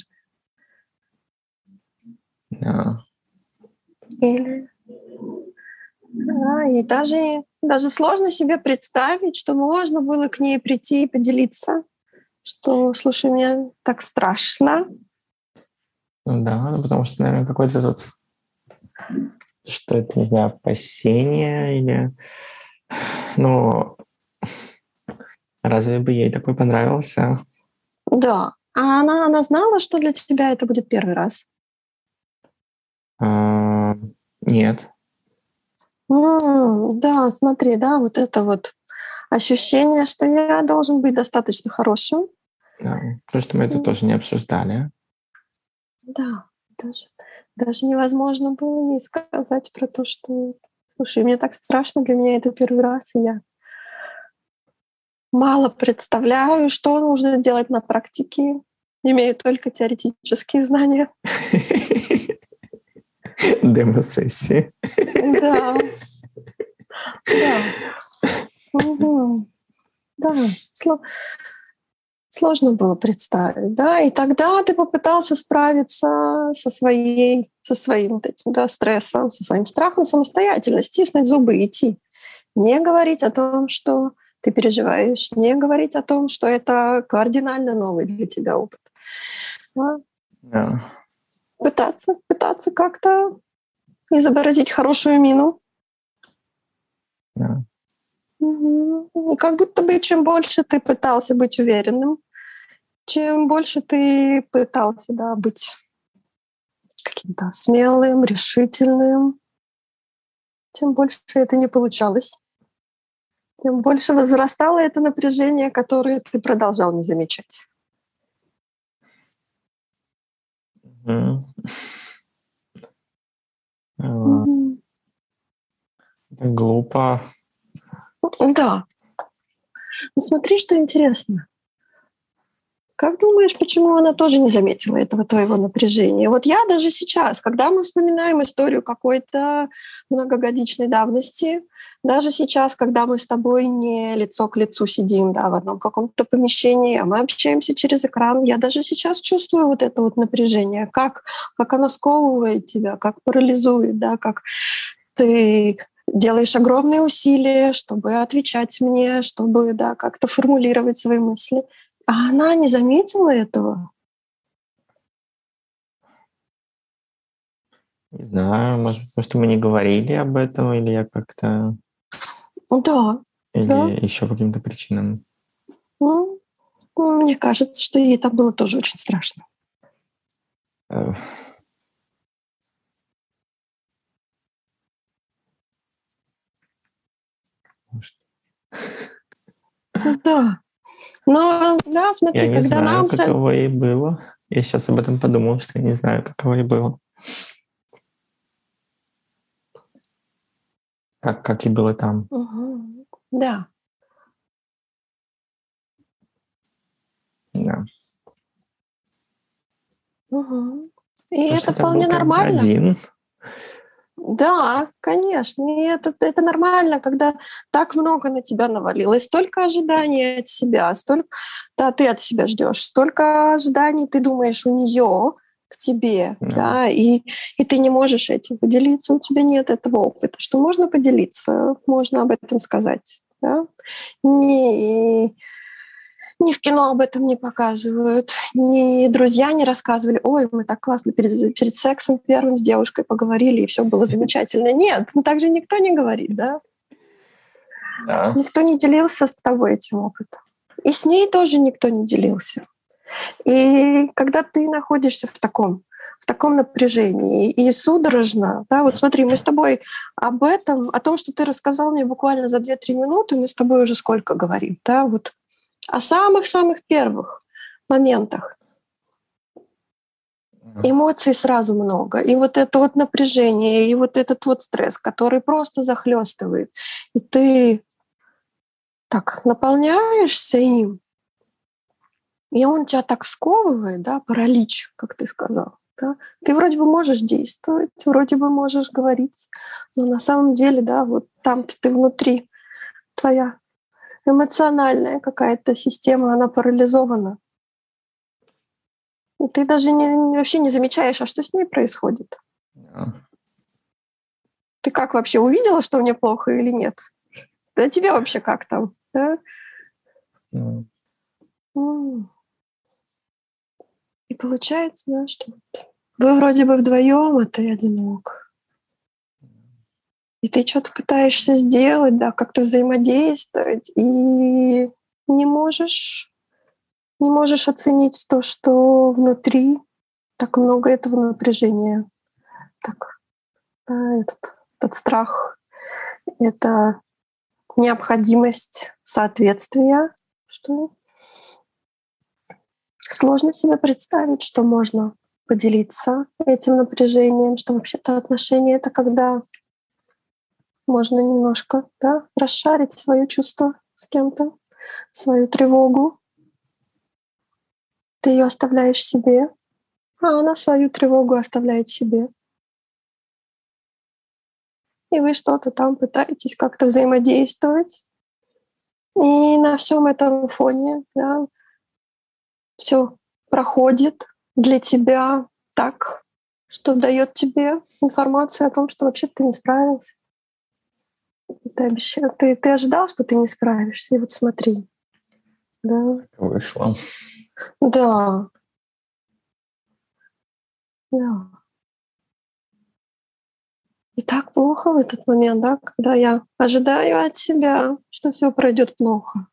да. Или да, и даже сложно себе представить, что можно было к ней прийти и поделиться, что, слушай, мне так страшно. Ну да, ну потому что, наверное, какой-то тут, что это, не знаю, опасение или... Ну, разве бы ей такой понравился? Да. А она знала, что для тебя это будет первый раз? А, Нет. Да, смотри, да, вот это вот ощущение, что я должен быть достаточно хорошим. Да. Потому что мы это М, тоже не обсуждали. Да, даже, даже невозможно было ей сказать про то, что слушай, мне так страшно, для меня это первый раз, и я мало представляю, что нужно делать на практике. Имею только теоретические знания. Демо-сессии. Да, да. Мгм. Да, сложно было представить, да. И тогда ты попытался справиться со своим вот этим, да, стрессом, со своим страхом самостоятельно, стиснуть зубы и идти. Не говорить о том, что ты переживаешь, не говорить о том, что это кардинально новый для тебя опыт. Да. Да. Пытаться как-то изобразить хорошую мину. Да. Мгм. И как будто бы чем больше ты пытался быть уверенным, чем больше ты пытался, да, быть каким-то смелым, решительным, тем больше это не получалось. Тем больше возрастало это напряжение, которое ты продолжал не замечать. Мгм. А, Мгм. Это глупо. Да. Но смотри, что интересно. Как думаешь, почему она тоже не заметила этого твоего напряжения? Вот я даже сейчас, когда мы вспоминаем историю какой-то многогодичной давности, даже сейчас, когда мы с тобой не лицо к лицу сидим, да, в одном каком-то помещении, а мы общаемся через экран, я даже сейчас чувствую вот это вот напряжение, как оно сковывает тебя, как парализует, да, как ты делаешь огромные усилия, чтобы отвечать мне, чтобы, да, как-то формулировать свои мысли. А она не заметила этого? Не знаю, может быть, потому что мы не говорили об этом, или я как-то... Да, да. Или еще по каким-то причинам. Ну, мне кажется, что ей там было тоже очень страшно. Э, может, Да. Но, да, Я смотри, не когда знаю, нам... каково ей было. Я сейчас об этом подумал, что я не знаю, каково ей было. Как и было там. Мгм. Да. Да. Мгм. И Потому что это это был вполне как бы нормально. один. Да, конечно. И это нормально, когда так много на тебя навалилось, столько ожиданий от себя, столько, да, ты от себя ждешь, столько ожиданий ты думаешь у нее к тебе, Да. да, и ты не можешь этим поделиться, у тебя нет этого опыта, что можно поделиться, можно об этом сказать, да. Не, ни в кино об этом не показывают, ни друзья не рассказывали: ой, мы так классно перед сексом первым с девушкой поговорили, и все было замечательно. Нет, ну так же никто не говорит, да? Да. Никто не делился с тобой этим опытом. И с ней тоже никто не делился. И когда ты находишься в таком напряжении и судорожно, да, вот смотри, мы с тобой об этом, о том, что ты рассказал мне буквально за 2-3 минуты, мы с тобой уже сколько говорим, да, вот о самых-самых первых моментах. Эмоций сразу много. И вот это вот напряжение, и вот этот вот стресс, который просто захлестывает. И ты так наполняешься им, и он тебя так сковывает, да, паралич, как ты сказал. Да? Ты вроде бы можешь действовать, вроде бы можешь говорить, но на самом деле, да, вот там ты внутри, твоя эмоциональная какая-то система, она парализована. И ты даже вообще не замечаешь, а что с ней происходит. Да. Ты как вообще увидела, что мне плохо или нет? Да тебе вообще как там? Да? Ну, М. И получается, да, что вы вроде бы вдвоем, а ты одинок. И ты что-то пытаешься сделать, да, как-то взаимодействовать, и не можешь, не можешь оценить то, что внутри так много этого напряжения, так, да, этот страх, это необходимость соответствия, что сложно себе представить, что можно поделиться этим напряжением, что вообще-то отношения — это когда можно немножко, да, расшарить свое чувство с кем-то, свою тревогу. Ты ее оставляешь себе, а она свою тревогу оставляет себе. И вы что-то там пытаетесь как-то взаимодействовать. И на всем этом фоне, да, все проходит для тебя так, что дает тебе информацию о том, что вообще ты не справился. Ты ожидал, что ты не справишься, и вот смотри. Да, вышло. да, да. И так плохо в этот момент, да, когда я ожидаю от себя, что все пройдет плохо.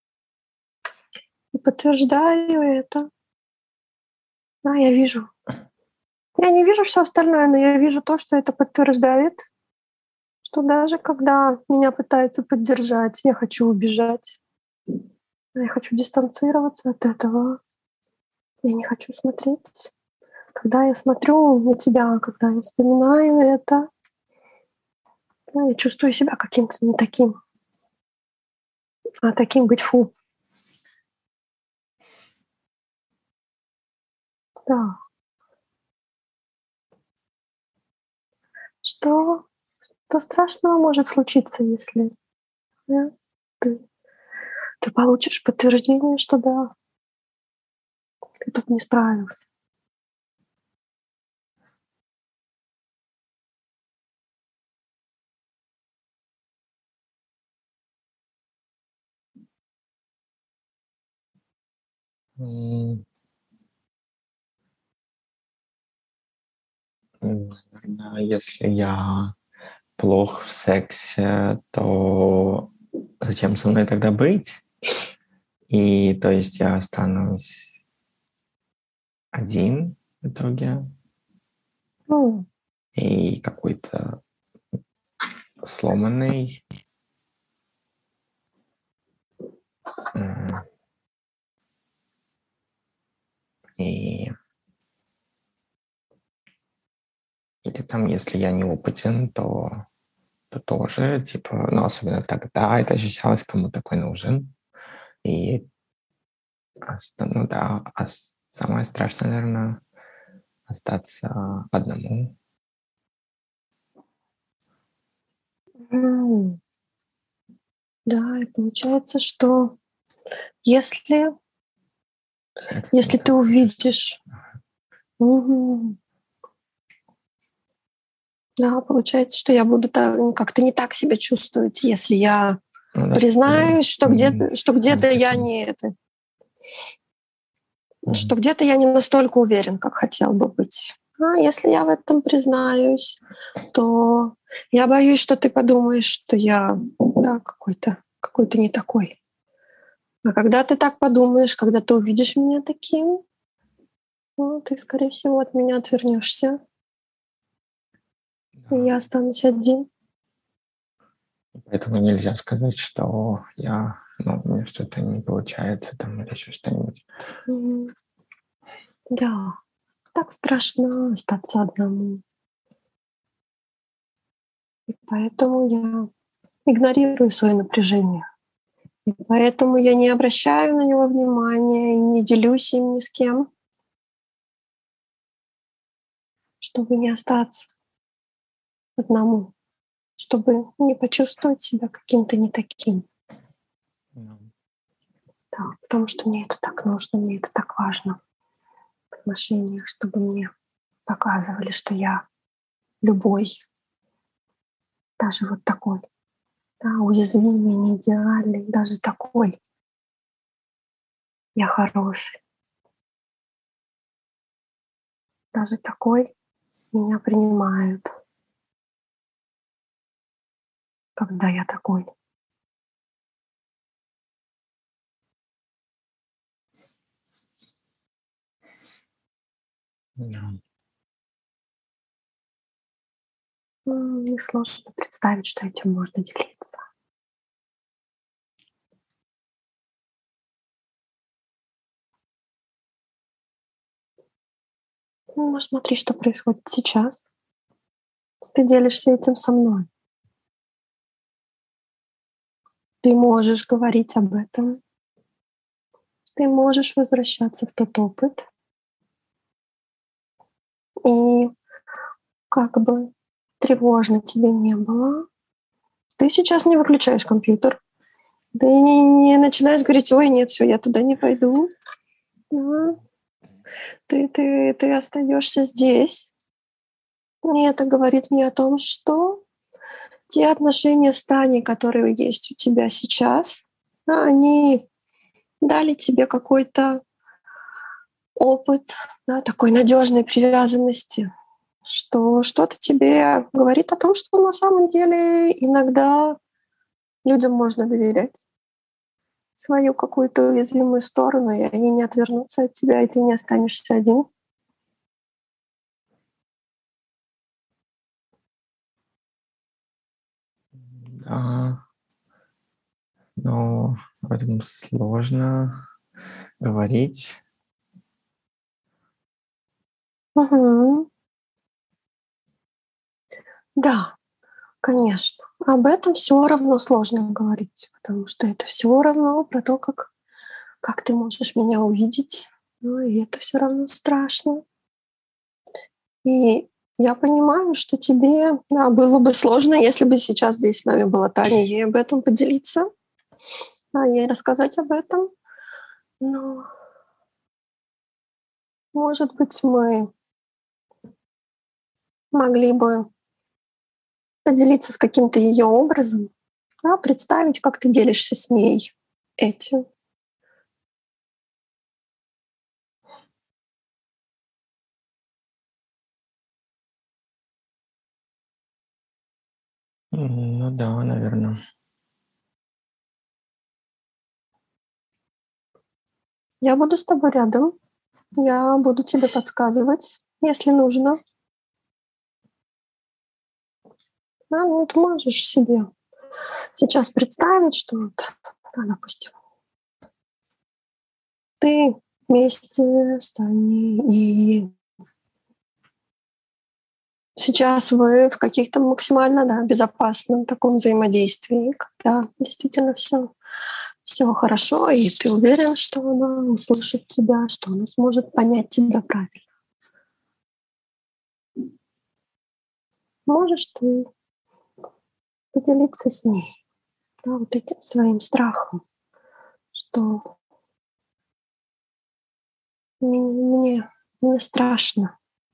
И подтверждаю это. Да, я вижу. Я не вижу все остальное, но я вижу то, что это подтверждает, что даже когда меня пытаются поддержать, я хочу убежать, я хочу дистанцироваться от этого, я не хочу смотреть. Когда я смотрю на тебя, когда я вспоминаю это, да, я чувствую себя каким-то не таким, а таким быть фу. Да. Что Что страшного может случиться, если, да, ты ты получишь подтверждение, что да, ты тут не справился. М, Наверное, если я плох в сексе, то зачем со мной тогда быть? И то есть я останусь один в итоге Ну, и какой-то сломанный. М, И или там, если я неопытен, то тоже, типа, ну, особенно тогда это ощущалось, кому такой нужен. И, ну да, самое страшное, наверное, остаться одному. М, Да, и получается, что если, Я как-то если вот ты так почувствовал. увидишь, мгм, да, получается, что я буду как-то не так себя чувствовать, если я Ну да, признаюсь, что не где-то я таким. не это, что Мгм. где-то я не настолько уверен, как хотел бы быть. А если я в этом признаюсь, то я боюсь, что ты подумаешь, что я, да, какой-то не такой. А когда ты так подумаешь, когда ты увидишь меня таким, ну, ты, скорее всего, от меня отвернешься, и Да. я останусь один. Поэтому нельзя сказать, что ну, у меня что-то не получается там или еще что-нибудь. Мгм. Да, так страшно остаться одному. И поэтому я игнорирую свое напряжение. И поэтому я не обращаю на него внимания и не делюсь им ни с кем, чтобы не остаться одному, чтобы не почувствовать себя каким-то не таким. Ну, Да, потому что мне это так нужно, мне это так важно в отношениях, чтобы мне показывали, что я любой, даже вот такой, да, уязвимый, не идеальный, даже такой я хороший, даже такой меня принимают, когда я такой. да. Мне сложно представить, что этим можно делиться. Ну, смотри, что происходит сейчас. Ты делишься этим со мной. Ты можешь говорить об этом. Ты можешь возвращаться в тот опыт. И как бы тревожно тебе не было, ты сейчас не выключаешь компьютер. Ты не начинаешь говорить: «Ой, нет, все, я туда не пойду». Да. Ты остаешься здесь. И это говорит мне о том, что те отношения с Таней, которые есть у тебя сейчас, да, они дали тебе какой-то опыт, да, такой надежной привязанности, что что-то тебе говорит о том, что на самом деле иногда людям можно доверять свою какую-то уязвимую сторону, и они не отвернутся от тебя, и ты не останешься один. Да, но об этом сложно говорить. Мгм. Да, конечно. Об этом все равно сложно говорить, потому что это все равно про то, как ты можешь меня увидеть. Ну, и это все равно страшно. И я понимаю, что тебе, да, было бы сложно, если бы сейчас здесь с нами была Таня, ей об этом поделиться, ей рассказать об этом. Но, может быть, мы могли бы поделиться с каким-то ее образом, да, представить, как ты делишься с ней этим. Ну да, наверное. Я буду с тобой рядом, я буду тебе подсказывать, если нужно. Да, ну, ты можешь себе сейчас представить, что вот, да, допустим, ты вместе с Таней, и сейчас вы в каких-то максимально безопасном таком взаимодействии, когда действительно все хорошо, и ты уверен, что она услышит тебя, что она сможет понять тебя правильно. Можешь ты поделиться с ней, вот этим своим страхом, что мне страшно.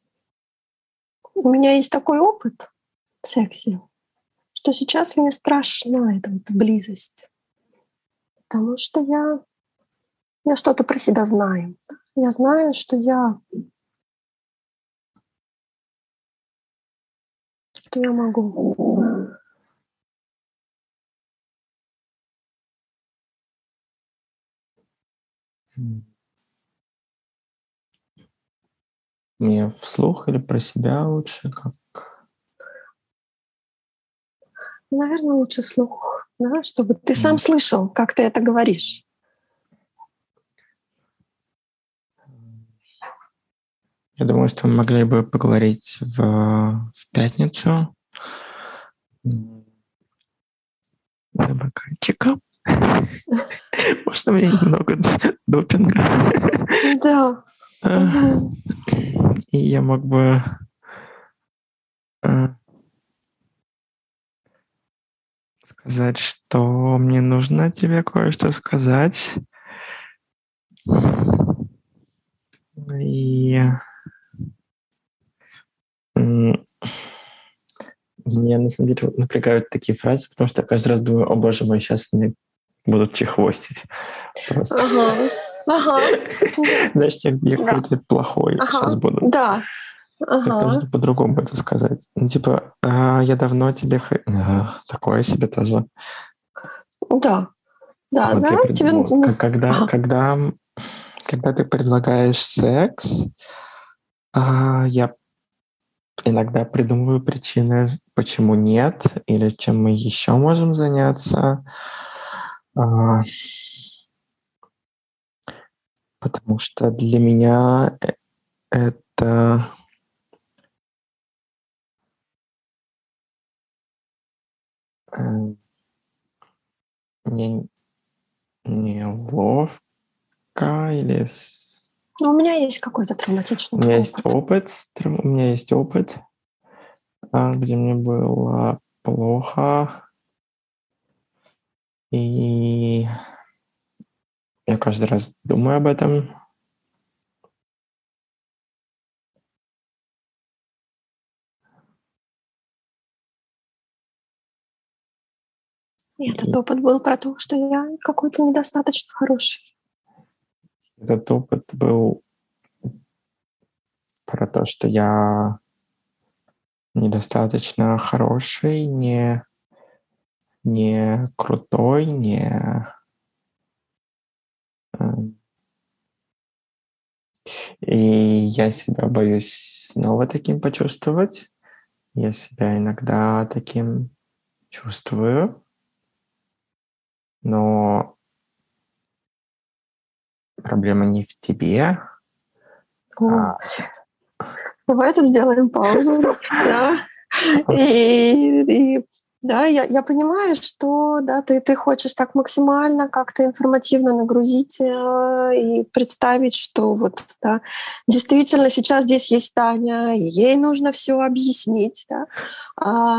У меня есть такой опыт в сексе, что сейчас мне страшна эта близость, потому что я что-то про себя знаю. Я знаю, что я могу. Мне вслух или про себя лучше? Как? Наверное, лучше вслух, да, чтобы ты сам слышал, как ты это говоришь. Я думаю, что мы могли бы поговорить в пятницу. За бокальчиком. Можно мне немного допинга? Да. И я мог бы сказать, что мне нужно тебе кое-что сказать. И меня на самом деле напрягают такие фразы, потому что я каждый раз думаю: о боже мой, сейчас мне будут чехвостить. Просто. Знаешь, я какой-то плохой сейчас буду. Да. Как нужно по-другому это сказать. Я давно тебе... Такое себе тоже. Да. Да, Вот да. я придумал. Когда ты предлагаешь секс, я иногда придумываю причины, почему нет, или чем мы еще можем заняться. Потому что для меня это... Мне неловко или... У меня есть какой-то травматичный опыт. У меня есть опыт, где мне было плохо, и я каждый раз думаю об этом. И этот опыт был про то, что я какой-то недостаточно хороший. Этот опыт был про то, что я недостаточно хороший, не крутой, И я себя боюсь снова таким почувствовать. Я себя иногда таким чувствую, но проблема не в тебе. Давай тут сделаем паузу. Да. И да, я понимаю, что да, ты хочешь так максимально как-то информативно нагрузить и представить, что вот да, действительно сейчас здесь есть Таня, и ей нужно все объяснить. Да.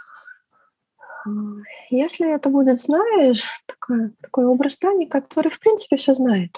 Если это будет, знаешь, такой образ Тани, который в принципе все знает.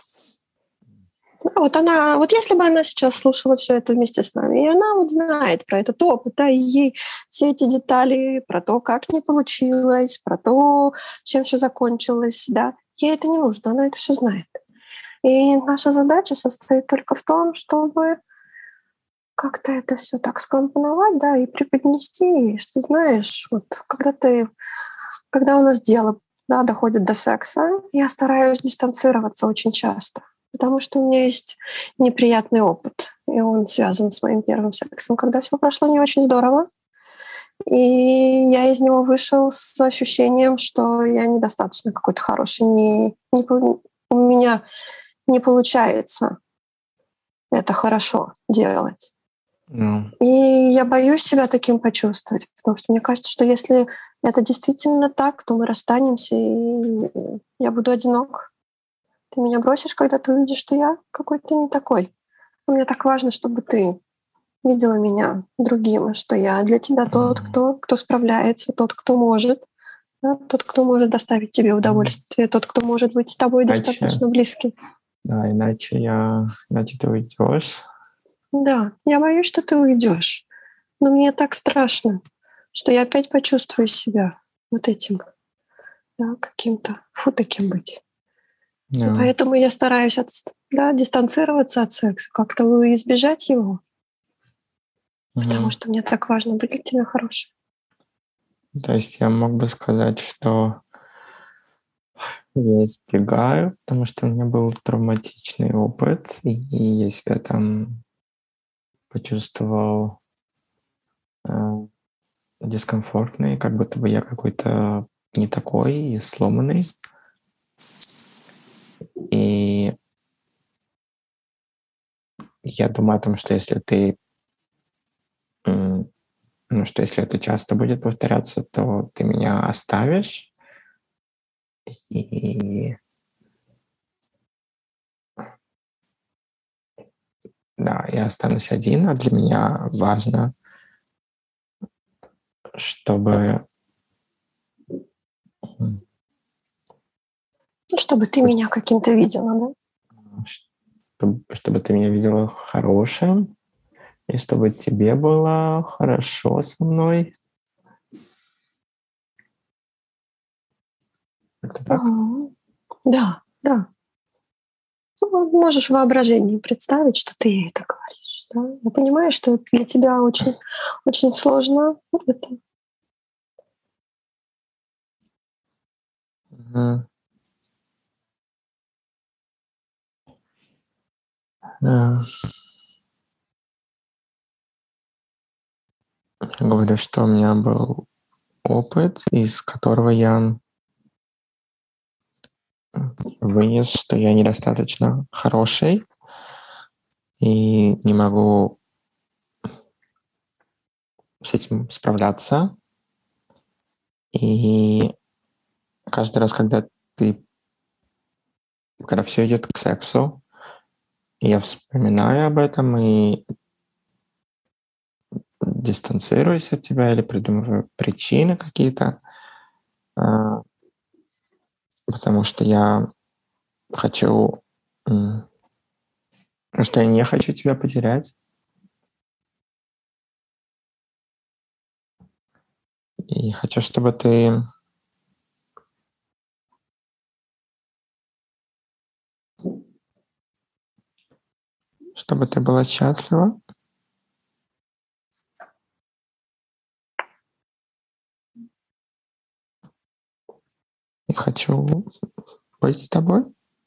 Вот если бы она сейчас слушала все это вместе с нами, и она вот знает про этот опыт, да, и ей все эти детали про то, как не получилось, про то, чем все закончилось, да, ей это не нужно, она это все знает. И наша задача состоит только в том, чтобы как-то это все так скомпоновать, да, и преподнести, что знаешь, вот когда у нас дело, да, доходит до секса, я стараюсь дистанцироваться очень часто. Потому что у меня есть неприятный опыт, и он связан с моим первым сексом, когда все прошло не очень здорово. И я из него вышел с ощущением, что я недостаточно какой-то хороший. У меня не получается это хорошо делать. Ну, И я боюсь себя таким почувствовать, потому что мне кажется, что если это действительно так, то мы расстанемся, и я буду одинок. Ты меня бросишь, когда ты увидишь, что я какой-то не такой. Но мне так важно, чтобы ты видела меня другим, что я для тебя тот, кто справляется, тот, кто может, да, тот, кто может доставить тебе удовольствие, тот, кто может быть с тобой достаточно близким. Да, иначе ты уйдешь. Да, я боюсь, что ты уйдешь. Но мне так страшно, что я опять почувствую себя вот этим, да, каким-то, таким быть. И поэтому я стараюсь дистанцироваться от секса, как-то избежать его, потому что мне так важно быть для тебя хорошей. То есть я мог бы сказать, что я избегаю, потому что у меня был травматичный опыт, и я себя там почувствовал дискомфортный, как будто бы я какой-то не такой и сломанный. И я думаю о том, что если что если это часто будет повторяться, то ты меня оставишь, и да, я останусь один, а для меня важно, чтобы чтобы ты меня каким-то видела, да? Чтобы ты меня видела хорошим, и чтобы тебе было хорошо со мной. Это так? Да, да. Можешь в воображении представить, что ты ей это говоришь. Да? Я понимаю, что для тебя очень, очень сложно это. Я говорю, что у меня был опыт, из которого я вынес, что я недостаточно хороший и не могу с этим справляться. И каждый раз, когда все идет к сексу, я вспоминаю об этом и дистанцируюсь от тебя или придумываю причины какие-то, потому что я хочу, что я не хочу тебя потерять. И хочу, чтобы ты была счастлива. И хочу быть с тобой.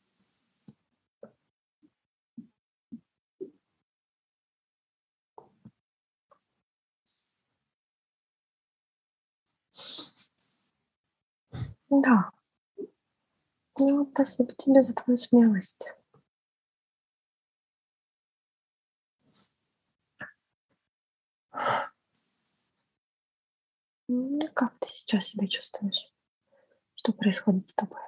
Да. Ну, спасибо тебе за твою смелость. Как ты сейчас себя чувствуешь? Что происходит с тобой?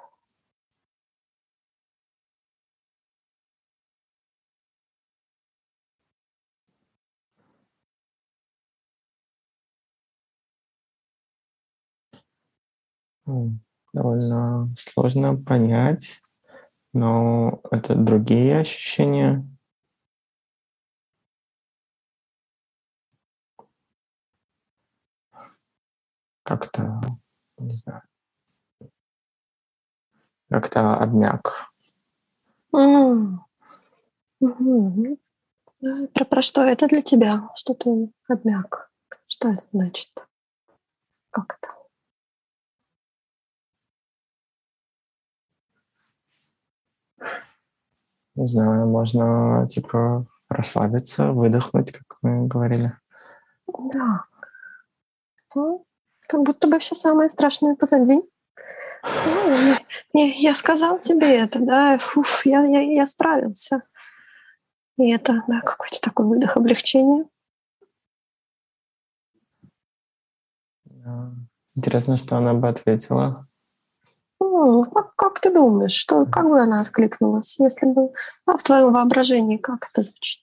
Довольно сложно понять, но это другие ощущения. Как-то, не знаю, как-то обмяк. Мгм. Да, про что это для тебя? Что ты обмяк? Что это значит? Как это? Не знаю, можно типа расслабиться, выдохнуть, как мы говорили. Да. Ну, как будто бы все самое страшное позади. Ну, я сказал тебе это, да, фуф, я справился. И это, да, какой-то такой выдох облегчения. Да. Интересно, что она бы ответила. Как ты думаешь, как бы она откликнулась, если бы, в твоем воображении, как это звучит?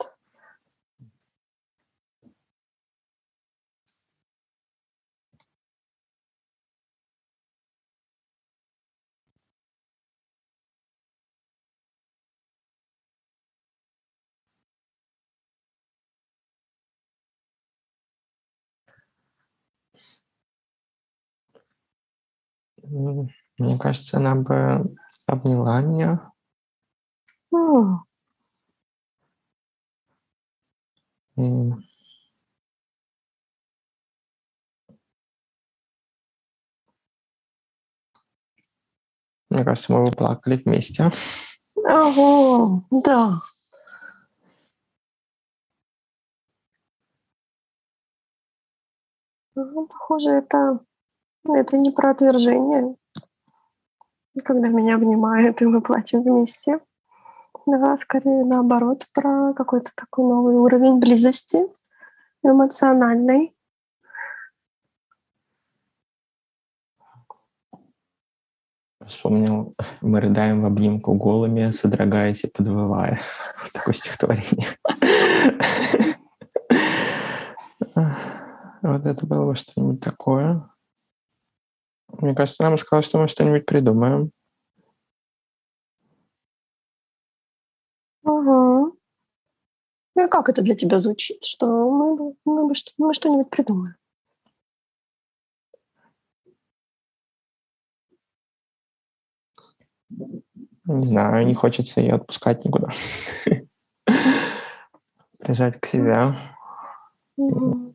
Мне кажется, она бы обняла меня. М, И мне кажется, мы бы плакали вместе. Ого, да. Ну, похоже, это не про отвержение, когда меня обнимают, и мы плачем вместе. Да, скорее наоборот, про какой-то такой новый уровень близости эмоциональной. Вспомнил, мы рыдаем в обнимку голыми, содрогаясь и подвывая. Такое стихотворение. Вот это было бы что-нибудь такое. Мне кажется, нам сказала, что мы что-нибудь придумаем. Мгм. Ну и как это для тебя звучит? Что мы что-нибудь придумаем? Не знаю, не хочется ее отпускать никуда. Прижать к себе. Мгм.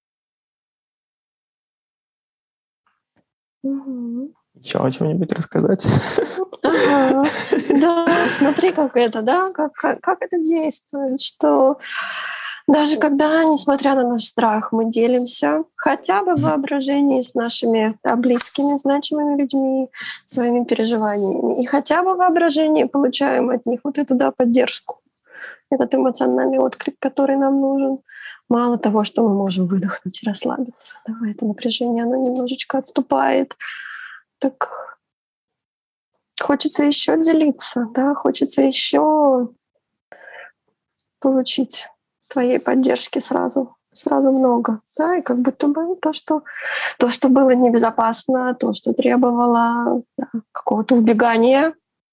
Мгм. Еще о чем-нибудь рассказать. Ага. Да, смотри, как это, да, как это действует, что даже когда, несмотря на наш страх, мы делимся хотя бы в воображении с нашими, да, близкими, значимыми людьми, своими переживаниями, и хотя бы в воображении получаем от них вот эту, да, поддержку, этот эмоциональный отклик, который нам нужен. Мало того, что мы можем выдохнуть и расслабиться, да, это напряжение, оно немножечко отступает, так хочется еще делиться, да, хочется еще получить твоей поддержки сразу много, да, и как будто бы то, что было небезопасно, то, что требовало, да, какого-то убегания,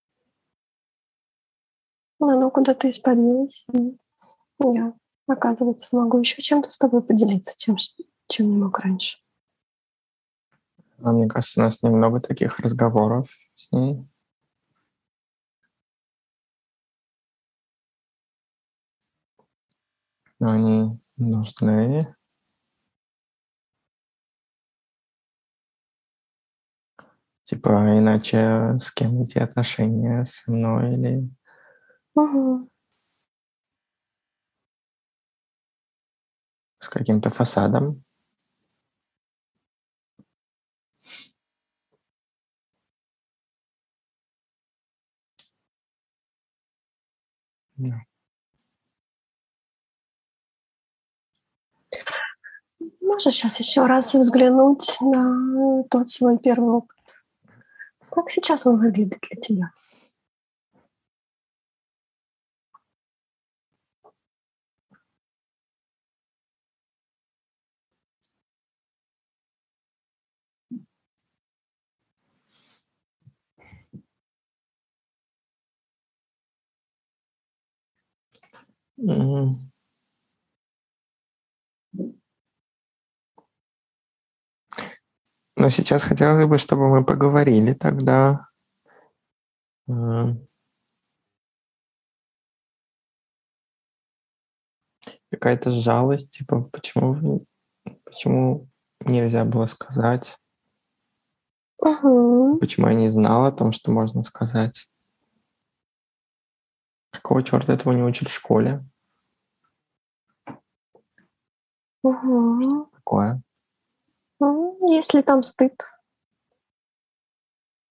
оно куда-то испарилось. И я, оказывается, могу еще чем-то с тобой поделиться, чем не мог раньше. А мне кажется, у нас немного таких разговоров с ней. Но они нужны. Типа, иначе с кем эти отношения? Со мной или Мгм. с каким-то фасадом? Да. Можешь сейчас еще раз взглянуть на тот свой первый опыт? Как сейчас он выглядит для тебя? Мгм. Но сейчас хотелось бы, чтобы мы поговорили тогда. М, Какая-то жалость, типа, почему нельзя было сказать? Мгм. Почему я не знала о том, что можно сказать? Какого черта этого не учат в школе? Мгм. Такое. Есть ли там стыд?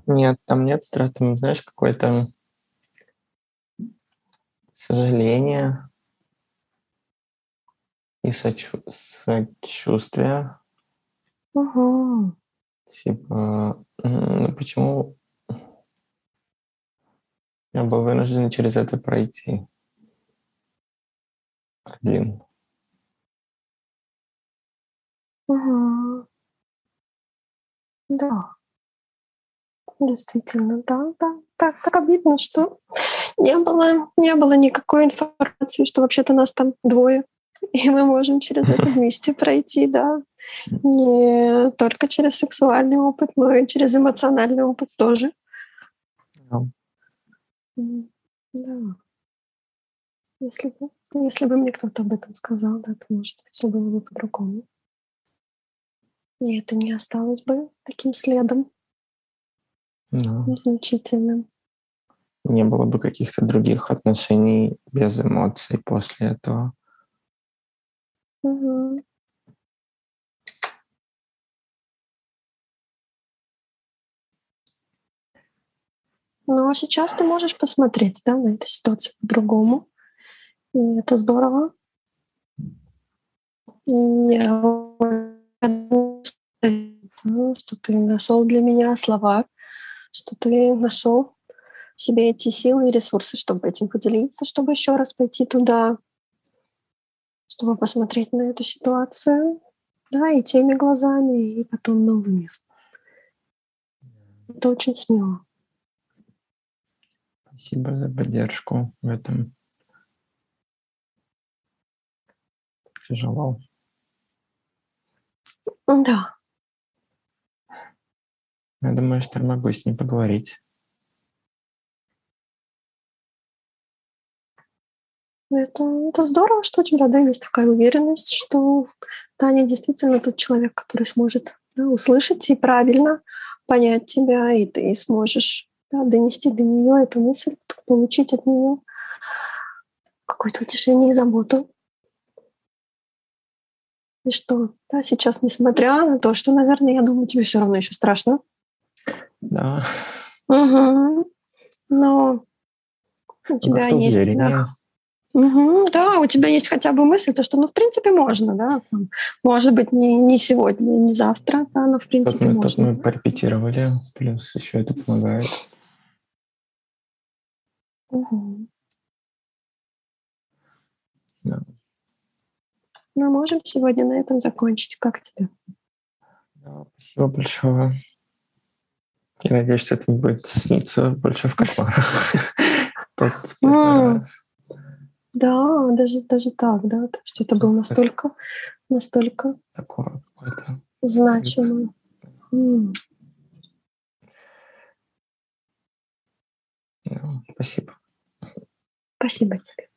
Нет, там нет страха, там, знаешь, какое-то сожаление и сочувствие. Угу. Типа, ну почему я был вынужден через это пройти один? Угу. Да, действительно, да, да. Так обидно, что не было никакой информации, что вообще-то нас там двое, и мы можем через это вместе пройти, да. Не только через сексуальный опыт, но и через эмоциональный опыт тоже. Да. Да. Если бы мне кто-то об этом сказал, да, то, может быть, все было бы по-другому. И это не осталось бы таким следом Да. значительным. Не было бы каких-то других отношений без эмоций после этого. Угу. Но сейчас ты можешь посмотреть, да, на эту ситуацию по-другому. И это здорово. И я что ты нашел для меня слова, что ты нашел в себе эти силы и ресурсы, чтобы этим поделиться, чтобы еще раз пойти туда, чтобы посмотреть на эту ситуацию, да, и теми глазами, и потом новыми. Это очень смело. Спасибо за поддержку в этом. Тяжело. Да. Я думаю, что я могу с ней поговорить. Это здорово, что у тебя, да, есть такая уверенность, что Таня действительно тот человек, который сможет, да, услышать и правильно понять тебя, и ты сможешь, да, донести до нее эту мысль, получить от нее какое-то утешение и заботу. И что, да, сейчас, несмотря на то, что, наверное, я думаю, тебе все равно еще страшно. Да. Угу. Но у тебя есть, да. Угу, да, у тебя есть хотя бы мысль, то, что, в принципе, можно, да. Может быть, не сегодня, не завтра, да, но в принципе можно. Тут мы порепетировали, плюс еще это помогает. Угу. Да. Мы можем сегодня на этом закончить. Как тебе? Да, спасибо большое. Я надеюсь, что это не будет сниться больше в кошмарах. Да, даже так, да, что это был настолько такое какое-то значимо. Спасибо. Спасибо тебе.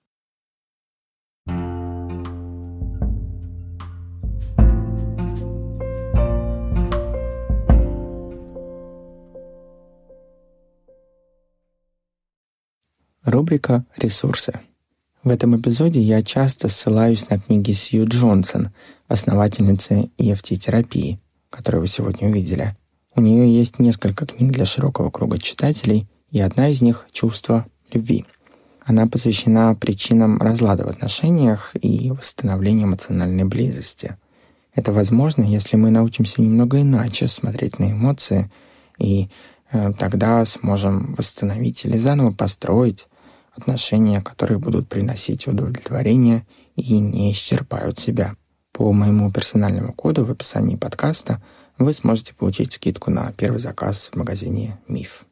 Рубрика «Ресурсы». В этом эпизоде я часто ссылаюсь на книги Сью Джонсон, основательницы EFT-терапии, которую вы сегодня увидели. У нее есть несколько книг для широкого круга читателей, и одна из них «Чувство любви». Она посвящена причинам разлада в отношениях и восстановлению эмоциональной близости. Это возможно, если мы научимся немного иначе смотреть на эмоции, и тогда сможем восстановить или заново построить отношения, которые будут приносить удовлетворение и не исчерпают себя. По моему персональному коду в описании подкаста вы сможете получить скидку на первый заказ в магазине «Миф».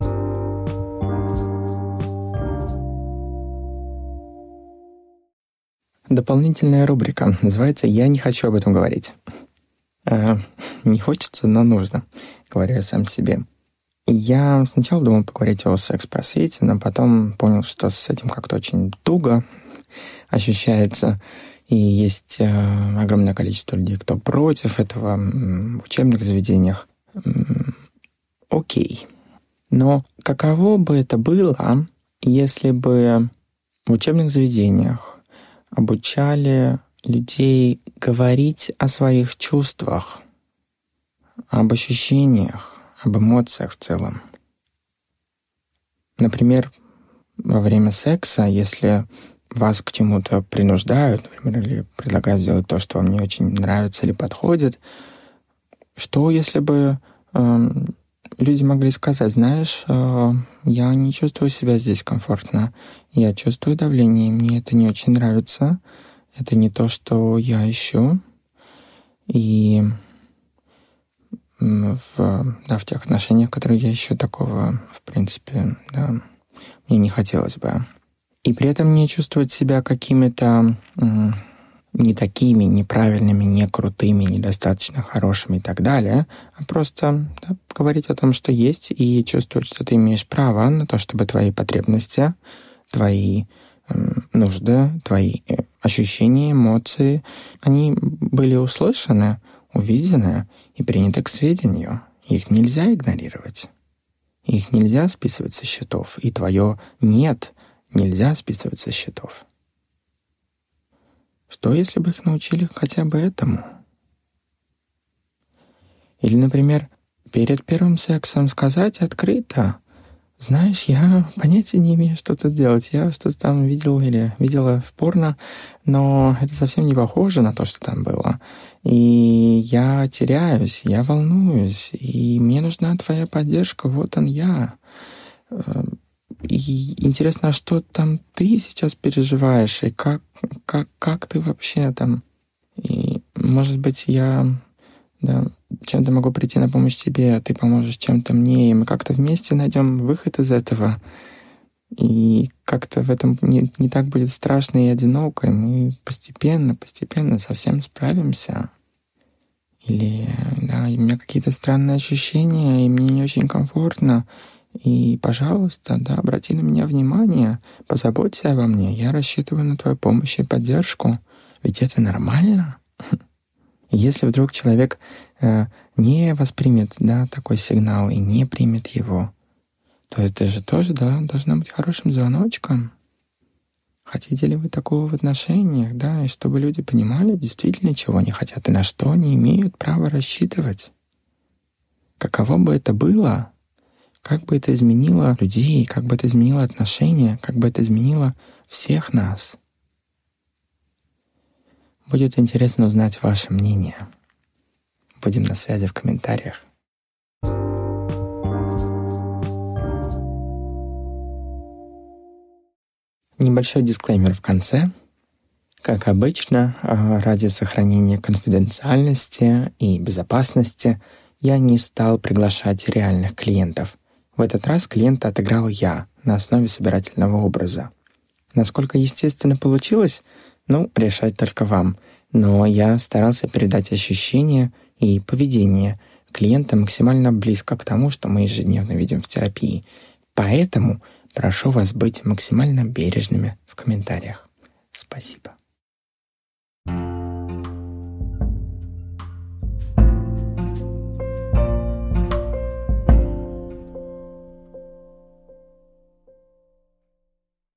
Дополнительная рубрика называется «Я не хочу об этом говорить». Не хочется, но нужно, говорю я сам себе. Я сначала думал поговорить о секс-просвете, но потом понял, что с этим как-то очень туго ощущается. И есть огромное количество людей, кто против этого в учебных заведениях. Окей. Но каково бы это было, если бы в учебных заведениях обучали людей говорить о своих чувствах, об ощущениях, об эмоциях в целом. Например, во время секса, если вас к чему-то принуждают, например, или предлагают сделать то, что вам не очень нравится или подходит, что если бы люди могли сказать: знаешь, я не чувствую себя здесь комфортно, я чувствую давление, мне это не очень нравится, это не то, что я ищу. И в тех отношениях, которые я ищу, такого, в принципе, да, мне не хотелось бы. И при этом не чувствовать себя какими-то не такими, неправильными, не крутыми, недостаточно хорошими и так далее, а просто говорить о том, что есть, и чувствовать, что ты имеешь право на то, чтобы твои потребности, твои нужды, твои ощущения, эмоции, они были услышаны, увидены и приняты к сведению. Их нельзя игнорировать. Их нельзя списывать со счетов. И твое «нет» нельзя списывать со счетов. Что, если бы их научили хотя бы этому? Или, например, перед первым сексом сказать открыто: знаешь, я понятия не имею, что тут делать. Я что-то там видел или видела в порно, но это совсем не похоже на то, что там было. И я теряюсь, я волнуюсь, и мне нужна твоя поддержка, вот он я. И интересно, а что там ты сейчас переживаешь, и как ты вообще там? И, может быть, я чем-то могу прийти на помощь тебе, а ты поможешь чем-то мне, и мы как-то вместе найдем выход из этого. И как-то в этом не так будет страшно и одиноко, и мы постепенно совсем справимся. Или, у меня какие-то странные ощущения, и мне не очень комфортно. И, пожалуйста, обрати на меня внимание, позаботься обо мне, я рассчитываю на твою помощь и поддержку. Ведь это нормально. Если вдруг человек не воспримет такой сигнал и не примет его, то это же тоже должно быть хорошим звоночком. Хотите ли вы такого в отношениях, и чтобы люди понимали действительно, чего они хотят и на что они имеют право рассчитывать? Каково бы это было? Как бы это изменило людей, как бы это изменило отношения, как бы это изменило всех нас? Будет интересно узнать ваше мнение. Будем на связи в комментариях. Небольшой дисклеймер в конце. Как обычно, ради сохранения конфиденциальности и безопасности я не стал приглашать реальных клиентов. В этот раз клиента отыграл я на основе собирательного образа. Насколько естественно получилось, решать только вам. Но я старался передать ощущения и поведение клиента максимально близко к тому, что мы ежедневно видим в терапии. Поэтому прошу вас быть максимально бережными в комментариях. Спасибо.